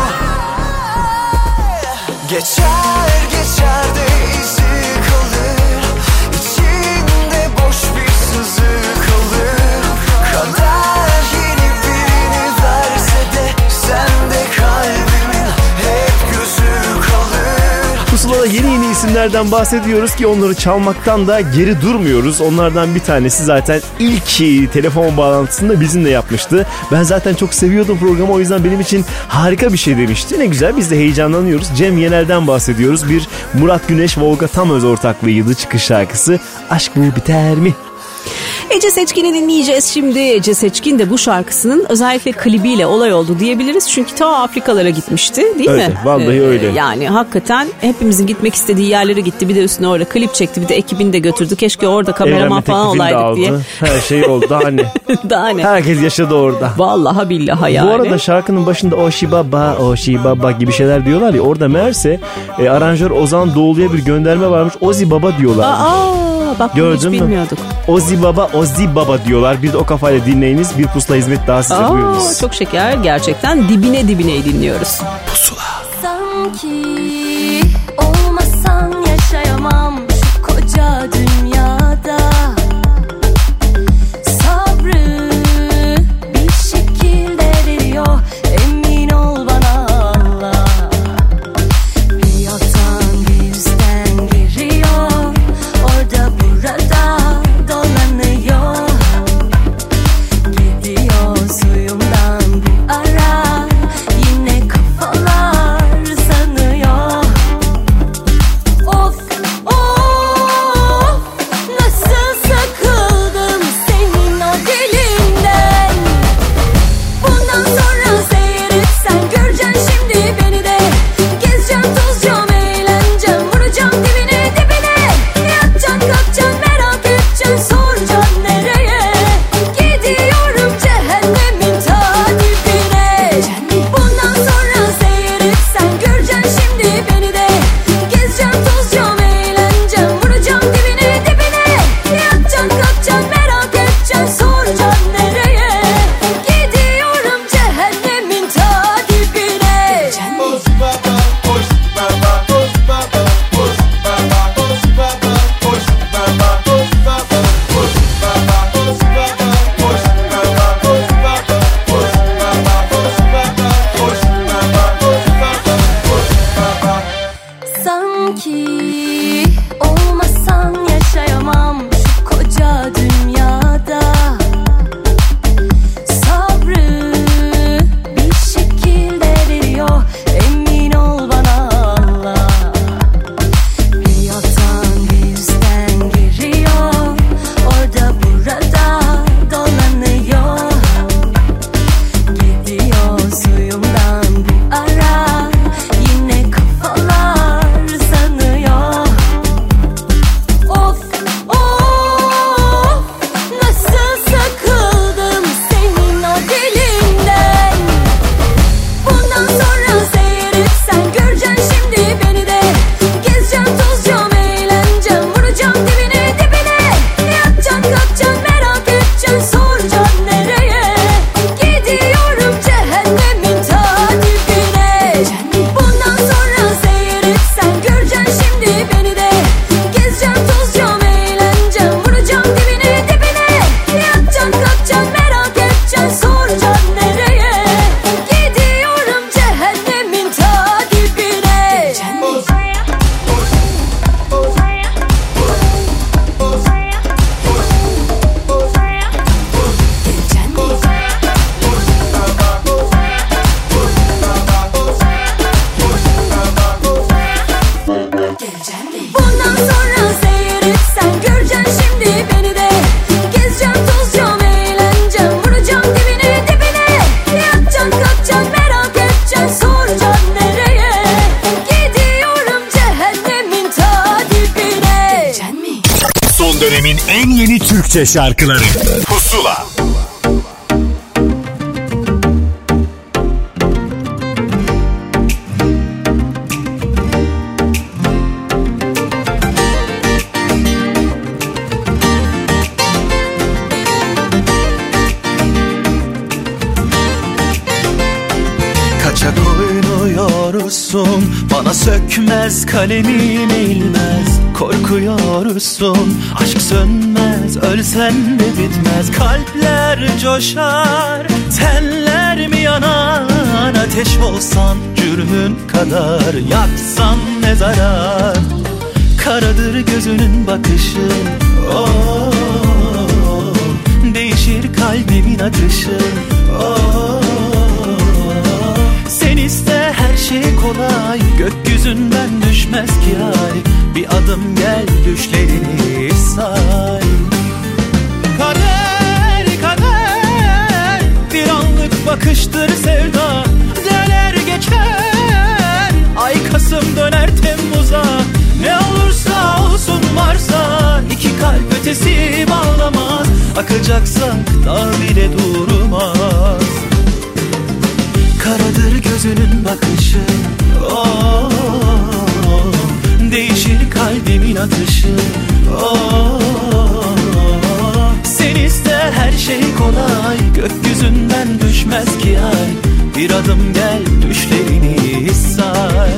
S: Geçer geçer de izi kalır, İçinde boş bir sızı kalır. Kader yeni birini verse de sende kalbimin hep gözü kalır.
C: Pusula'da yeni isimlerden bahsediyoruz ki onları çalmaktan da geri durmuyoruz. Onlardan bir tanesi zaten ilk telefon bağlantısında bizimle yapmıştı. Ben zaten çok seviyordum programı, o yüzden benim için harika bir şey demişti. Ne güzel, biz de heyecanlanıyoruz. Cem Yener'den bahsediyoruz. Bir Murat Güneş, Volga Tamöz ortaklığıydı çıkış şarkısı. Aşk bu biter mi?
D: Ece Seçkin'i dinleyeceğiz şimdi. Ece Seçkin de bu şarkısının özellikle klibiyle olay oldu diyebiliriz. Çünkü ta Afrikalara gitmişti değil
C: öyle,
D: mi?
C: Vallahi öyle.
D: Yani hakikaten hepimizin gitmek istediği yerlere gitti. Bir de üstüne orada klip çekti. Bir de ekibini de götürdü. Keşke orada kameraman falan olaydık diye.
C: Her şey oldu daha ne?
D: Daha ne?
C: Herkes yaşadı orada.
D: Vallahi billahi yani.
C: Bu arada şarkının başında Oşi Baba, Oşi Baba gibi şeyler diyorlar ya. Orada meğerse aranjör Ozan Doğulu'ya bir gönderme varmış. Ozi Baba diyorlar.
D: Bak
C: gördün
D: hiç
C: mü?
D: Bilmiyorduk.
C: Ozi Baba diyorlar. Bir de o kafayla dinleyiniz. Bir pusula hizmet daha size buyurunuz.
D: Çok şeker, gerçekten dibine dinliyoruz.
C: Pusula.
B: Sanki olmasan yaşayamam şu koca dünyada. Sabrı bir şekilde veriyor, emin ol bana Allah. Bir yoldan bir yüzden giriyor, orada burada dolanıyor. Gidiyor suyumdan bir ara, yine kafalar sanıyor.
A: Son dönemin en yeni Türkçe şarkıları Pusula.
N: Kaçak oynuyorsun, bana sökmez kalemim eğilmez. Korkuyorsun, aşk sönmez, ölsen de bitmez. Kalpler coşar, tenler mi yanar? Ateş olsan cürmün kadar, yaksan ne zarar? Karadır gözünün bakışı, oh, değişir kalbimin atışı, oh. Sen iste her şey kolay, gökyüzünden düşmez ki ay. Bir adım gel düşlerini say. Kader kader, bir anlık bakıştır sevda. Derler geçer, ay Kasım döner Temmuz'a. Ne olursa olsun varsa, iki kalp ötesi bağlamaz. Akacaksak dağ bile durmaz. Karadır gözünün bakışı, oh, değişir kalbimin atışı, oh. Sen iste her şey kolay, gökyüzünden düşmez ki ay. Bir adım gel düşlerini say.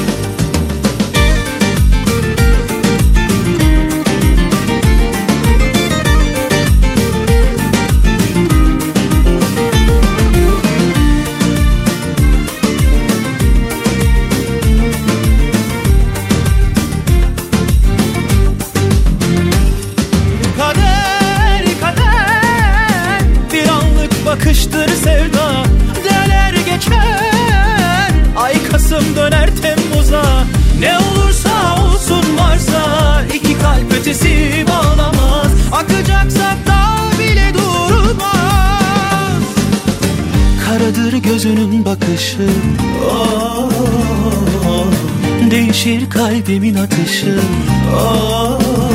N: Bakıştır sevda, derler geçer, ay Kasım döner Temmuz'a. Ne olursa olsun varsa, iki kalp ötesi bağlamaz. Akacaksak dağ bile durmaz. Karadır gözünün bakışı, oh, değişir kalbimin atışı, oh.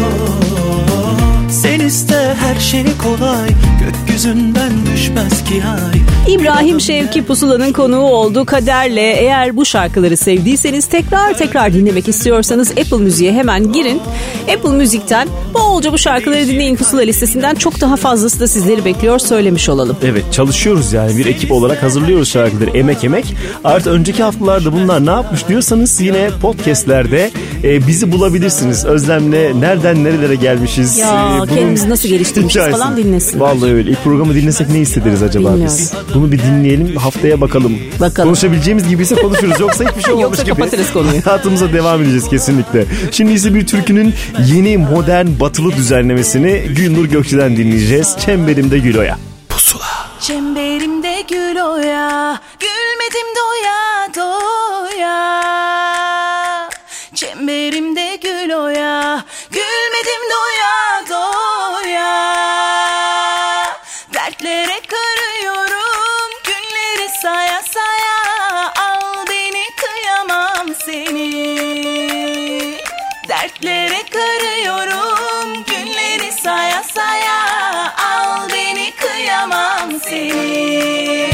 N: Sen iste her şey kolay, gökyüzünden düşmez ki ay.
D: İbrahim Şevki Pusula'nın konuğu oldu Kader'le. Eğer bu şarkıları sevdiyseniz, tekrar dinlemek istiyorsanız Apple Müzik'e hemen girin. Apple Müzik'ten bolca bu şarkıları dinleyin. Pusula listesinden çok daha fazlası da sizleri bekliyor, söylemiş olalım.
C: Evet, çalışıyoruz yani, bir ekip olarak hazırlıyoruz şarkıları emek. Artı önceki haftalarda bunlar ne yapmış diyorsanız yine podcastlerde bizi bulabilirsiniz. Özlem'le nereden nerelere gelmişiz.
D: Ya kendimizi nasıl geliştirmişiz falan dinlesin.
C: Vallahi öyle. İlk programı dinlesek ne hissederiz acaba
D: Bilmiyorum.
C: biz? Bunu bir dinleyelim, haftaya bakalım. Konuşabileceğimiz gibiyse konuşuruz. Yoksa hiçbir şey olmamış gibi.
D: Yoksa kapatırız konuyu.
C: Hayatımıza devam edeceğiz kesinlikle. Şimdi ise bir türkünün yeni modern batılı düzenlemesini Gülnur Gökçe'den dinleyeceğiz. Çemberimde Gül Oya. Pusula.
O: Çemberimde gül oya, gülmedim doya doya. Çemberimde gül oya, gülmedim doya doya. Dertlere karıyorum, günleri saya saya. Al beni, kıyamam seni. Dertlere karıyorum, günleri saya saya. Al beni, kıyamam seni.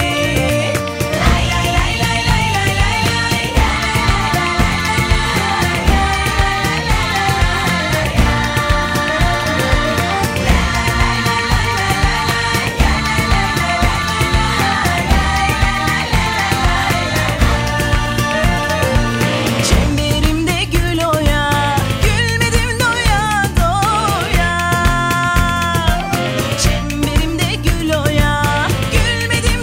O: Çemberimde gül oya, gülmedim doya doya. Çemberimde gül oya, gülmedim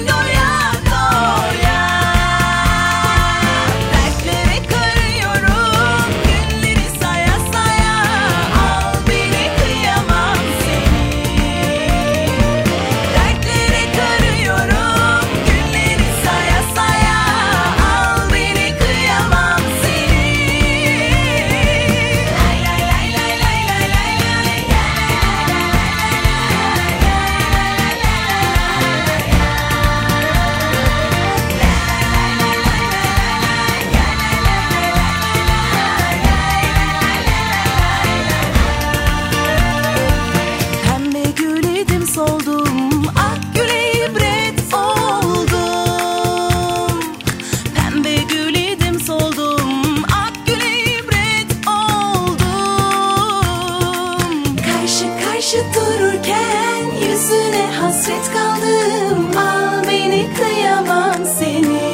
O: karşı dururken yüzüne hasret kaldım. Al beni kıyamam seni.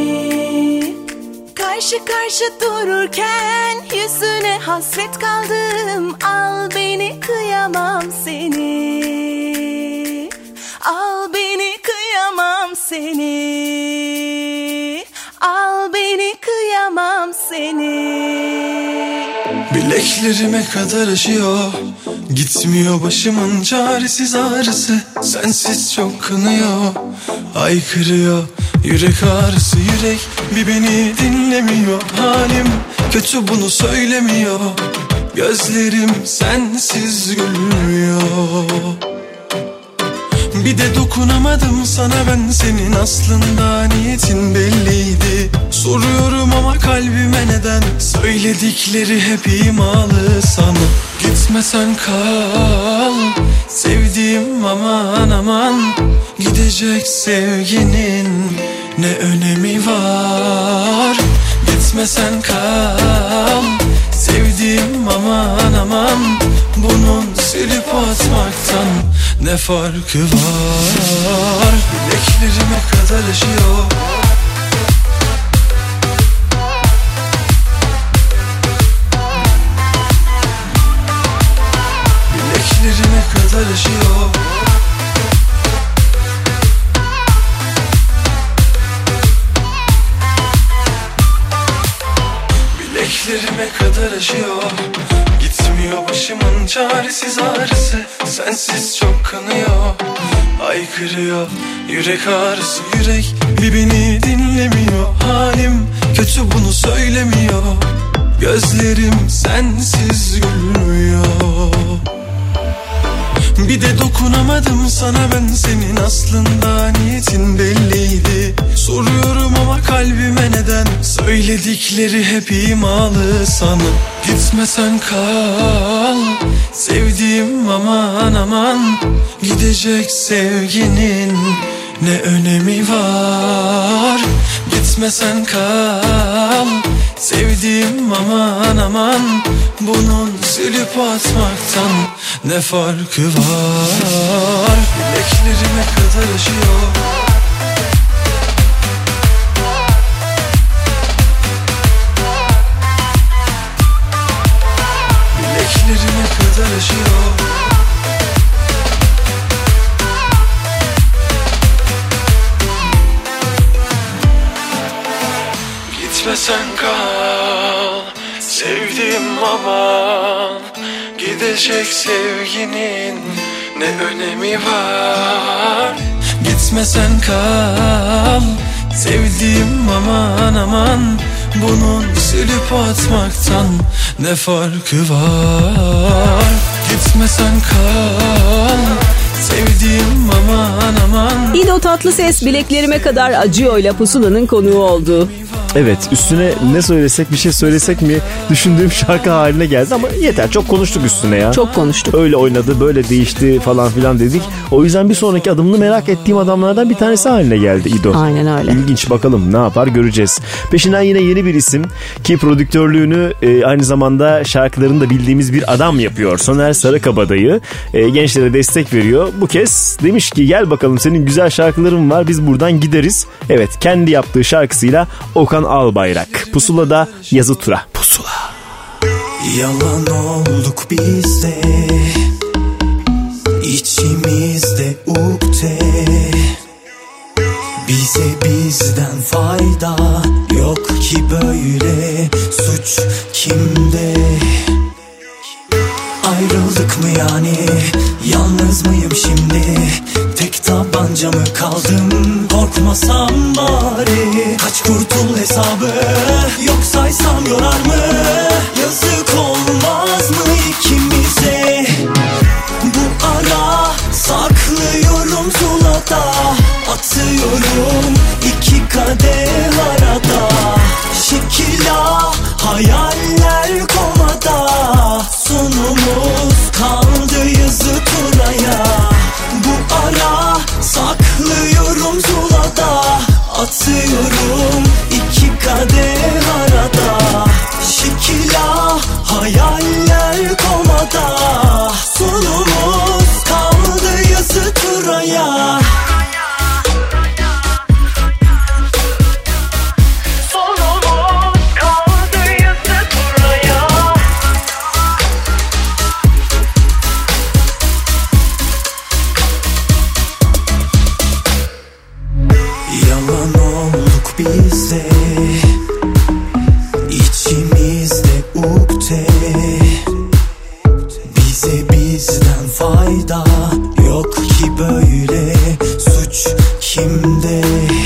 O: Karşı karşı dururken yüzüne hasret kaldım. Al beni kıyamam seni. Al beni kıyamam seni. Al beni kıyamam seni.
T: Bileklerime kadar aşıyor, gitmiyor başımın çaresiz ağrısı. Sensiz çok kınıyor, haykırıyor yürek ağrısı. Yürek bir beni dinlemiyor, halim kötü bunu söylemiyor. Gözlerim sensiz gülmüyor. Bir de dokunamadım sana ben, senin aslında niyetin belliydi. Soruyorum ama kalbime neden, söyledikleri hep imalı sana. Gitmesen kal sevdiğim, aman aman. Gidecek sevginin ne önemi var. Gitmesen kal sevdiğim, aman aman. Bunun silip atmaktan ne farkı var? Bileklerime kadar aşıyor. Bileklerime kadar aşıyor. Bileklerime kadar aşıyor. Gitmiyor başımın çaresiz ağrısı. Sensiz çok kanıyor, haykırıyor yürek ağrısı. Yürek bir beni dinlemiyor, halim kötü bunu söylemiyor. Gözlerim sensiz gülmüyor. Bir de dokunamadım sana ben, senin aslında niyetin belliydi. Soruyorum ama kalbime neden, söyledikleri hep imalı sana. Gitmesen kal sevdiğim, aman aman. Gidecek sevginin ne önemi var. Gitmesen kal sevdiğim, aman aman. Bunun silip atmaktan ne farkı var? Bileklerime kadar aşıyor. Bileklerime kadar aşıyor. Gitmesen kal sevdiğim, aman. Gidecek sevginin ne önemi var. Gitmesen kal sevdiğim, aman aman. Bunun silip atmaktan ne farkı var? Gitmesen kal sevdiğim, aman aman.
D: İdo Tatlıses bileklerime kadar acıyor'yla Pusula'nın konuğu oldu.
C: Evet, üstüne ne söylesek, bir şey söylesek mi düşündüğüm şarkı haline geldi ama yeter, çok konuştuk üstüne ya.
D: Çok konuştuk.
C: Öyle oynadı, böyle değişti falan filan dedik. O yüzden bir sonraki adımını merak ettiğim adamlardan bir tanesi haline geldi İdo.
D: Aynen öyle.
C: İlginç, bakalım ne yapar göreceğiz. Peşinden yine yeni bir isim ki prodüktörlüğünü aynı zamanda şarkılarını da bildiğimiz bir adam yapıyor. Soner Sarıkabadayı gençlere destek veriyor. Bu kez demiş ki gel bakalım, senin güzel şarkıların var, biz buradan gideriz. Evet, kendi yaptığı şarkısıyla Okan Albayrak. Pusula'da Yazı Tura. Pusula.
S: Yalan olduk biz de, içimizde ukde. Bize bizden fayda yok ki böyle, suç kimde? Ayrıldık mı yani, yalnız mıyım şimdi? Tek tabanca mı kaldım, korkmasam bari. Kaç kurtul hesabı, yok saysam yorar mı? Yazık olmaz mı ikimize? Bu ara saklıyorum zulada, atıyorum iki kadeh arada. Şekila hayaller komada, sonumuz kaldı yazı turaya. Bu ara saklıyorum zulada, atıyorum iki kadeh arada. Şekila hayaller komada, sonumuz bizden fayda yok ki böyle. Suç kimde?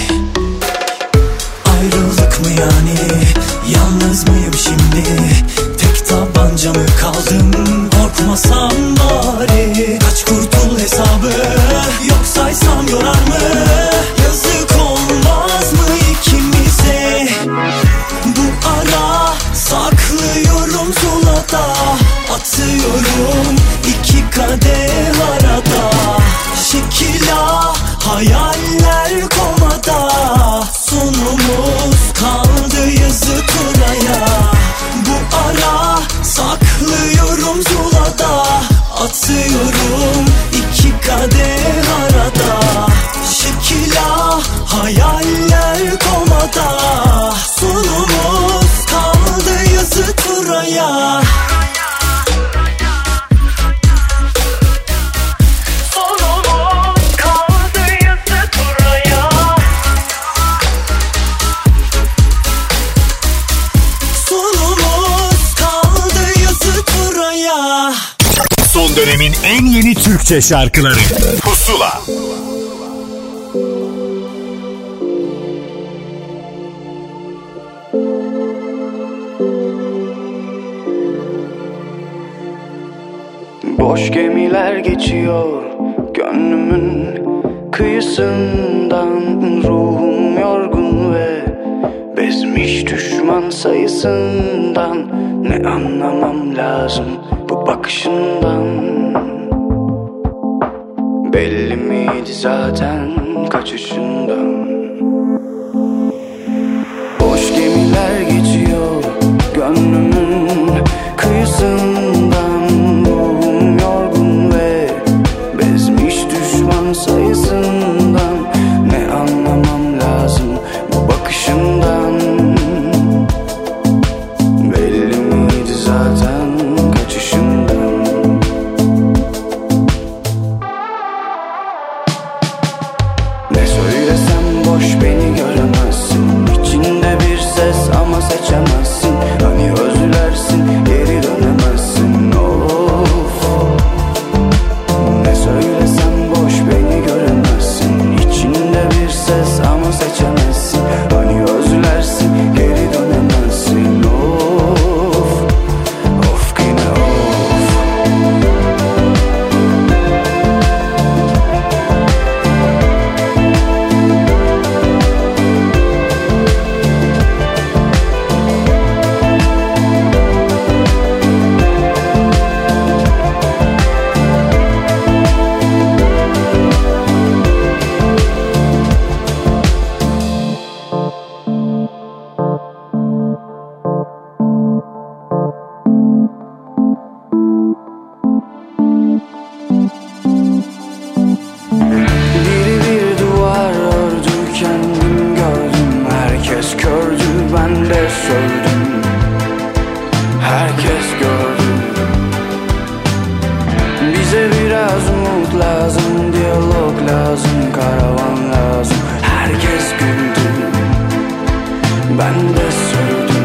S: Ayrıldık mı yani? Yalnız mıyım şimdi? Tek tabanca mı kaldım? Korkmasam bari. Kaç kurtul hesabı? Yok saysam yorar mı? Yazık olmaz mı ikimize? Bu ara saklıyorum zulada, atıyorum iki kadeh arada. Şekila hayaller komada, sonumuz kaldı yazı turaya. Bu ara saklıyorum zulada, atıyorum iki kadeh arada. Şekila hayaller komada, sonumuz kaldı yazı turaya.
A: Son dönemin en yeni Türkçe şarkıları Pusula.
U: Boş gemiler geçiyor gönlümün kıyısından. Ruhum yorgun ve bezmiş düşman sayısından. Ne anlamam lazım bu bakışından? Belli miydi zaten kaçışından? Boş gemiler geçiyor gönlümün kıyısından. Ruhum yorgun ve bezmiş düşman sayısından. Ne anlamam lazım bu bakışından? Belli miydi zaten kaçışından? Ne söylesem boş, beni göremezsin. İçinde bir ses ama seçemezsin. Hani özlersin, geri dönemezsin. Of. Ne söylesem boş, beni göremezsin. İçinde bir ses ama seçemezsin. Hani özlersin, geri dönemezsin. Of. Of yine of. Biri bir duvar ördü, kendim gördüm. Herkes kördü, ben de sövdüm. Herkes gördü. Bize biraz umut lazım, diyalog lazım, karavan lazım. Herkes güldü, ben de sövdüm.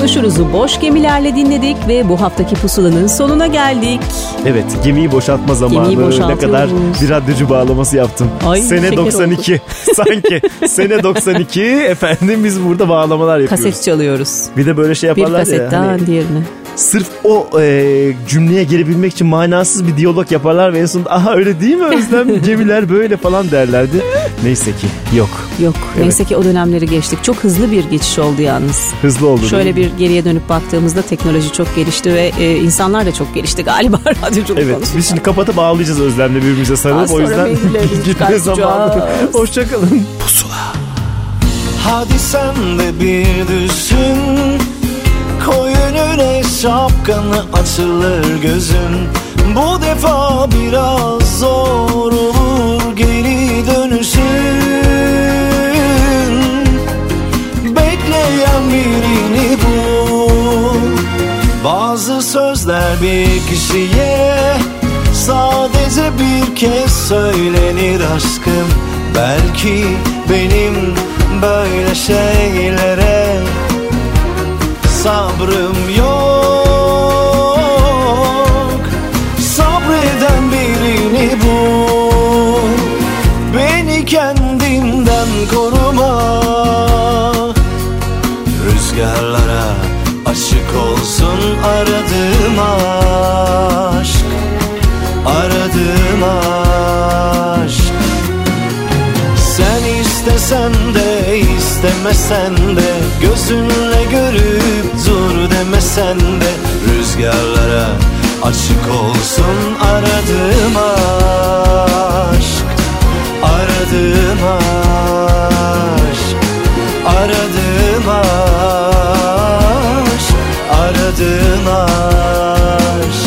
D: konuşuruzu boş gemilerle dinledik ve bu haftaki pusulanın sonuna geldik.
C: Evet, gemiyi boşaltma zamanı. Ne kadar bir radyocu bağlaması yaptım.
D: Ay,
C: sene 92 sanki sene 92 efendim biz burada bağlamalar yapıyoruz.
D: Kaset çalıyoruz.
C: Bir de böyle şey yaparlar ya.
D: Bir kasetten
C: hani,
D: diğerine.
C: Sırf o cümleye gelebilmek için manasız bir diyalog yaparlar ve en sonunda aha öyle değil mi Özlem gemiler böyle falan derlerdi. Neyse ki yok.
D: Evet. Neyse ki o dönemleri geçtik. Çok hızlı bir geçiş oldu yalnız.
C: Hızlı oldu.
D: Şöyle bir geriye dönüp baktığımızda teknoloji çok gelişti ve insanlar da çok gelişti galiba radyoculuk
C: evet,
D: konusunda.
C: Biz şimdi kapatıp ağlayacağız Özlem'le birbirimize sarılıp o yüzden gitme zamanı. Hoşçakalın.
M: Pusula. Hadi sen de bir düşün. Koy önüne şapkanı açılır gözün. Bu defa biraz zor olur geri dönüşün. Bekleyen birini bul. Bazı sözler bir kişiye sadece bir kez söylenir aşkım. Belki benim böyle şeylere sabrım yok. Sabreden birini bul. Beni kendimden koruma. Rüzgarlara açık olsun aradığım aşk. Aradığım aşk. Sen istesen de istemesen de gözünle görüp dur demesen de rüzgarlara açık olsun aradığım aşk. Aradığım aşk. Aradığım aşk. Aradığım aşk.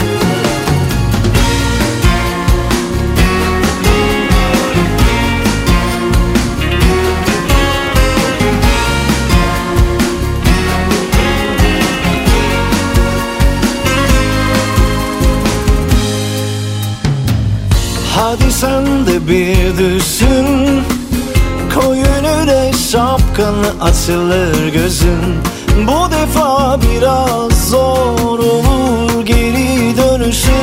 M: Hadi sen de bir düşün. Koy önüne şapkanı açılır gözün. Bu defa biraz zor olur geri dönüşün.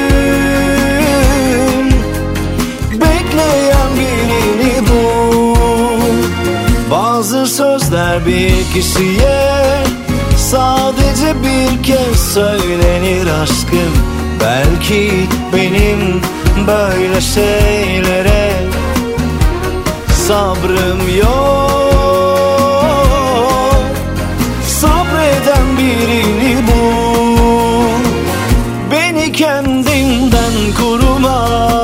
M: Bekleyen birini bul. Bazı sözler bir kişiye sadece bir kez söylenir aşkım. Belki benim böyle şeylere sabrım yok. Sabreden birini bul. Beni kendimden koruma.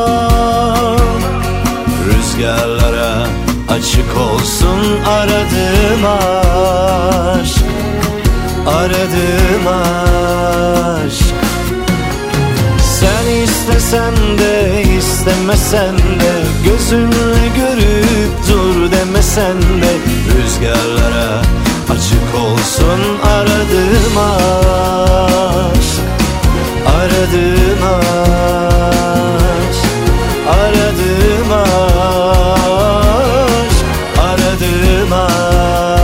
M: Rüzgarlara açık olsun aradığım aşk. Aradığım aşk. Sen istesen de istemesen de gözünle görüp dur demesen de rüzgarlara açık olsun aradığım aşk. Aradığım aşk. Aradığım aşk. Aradığım aşk.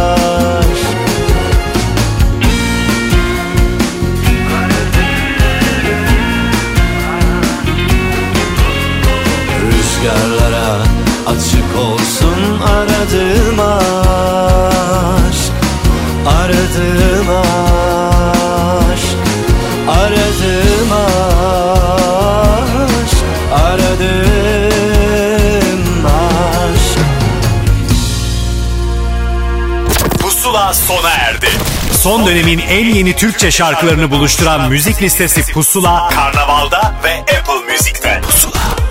M: Rüzgarlara açık olsun aradığım aşk. Aradığım aşk. Aradığım aşk. Aradığım aşk.
A: Pusula sona erdi. Son dönemin en yeni Türkçe şarkılarını buluşturan müzik listesi Pusula, Karnaval'da ve Apple Music'te. Pusula.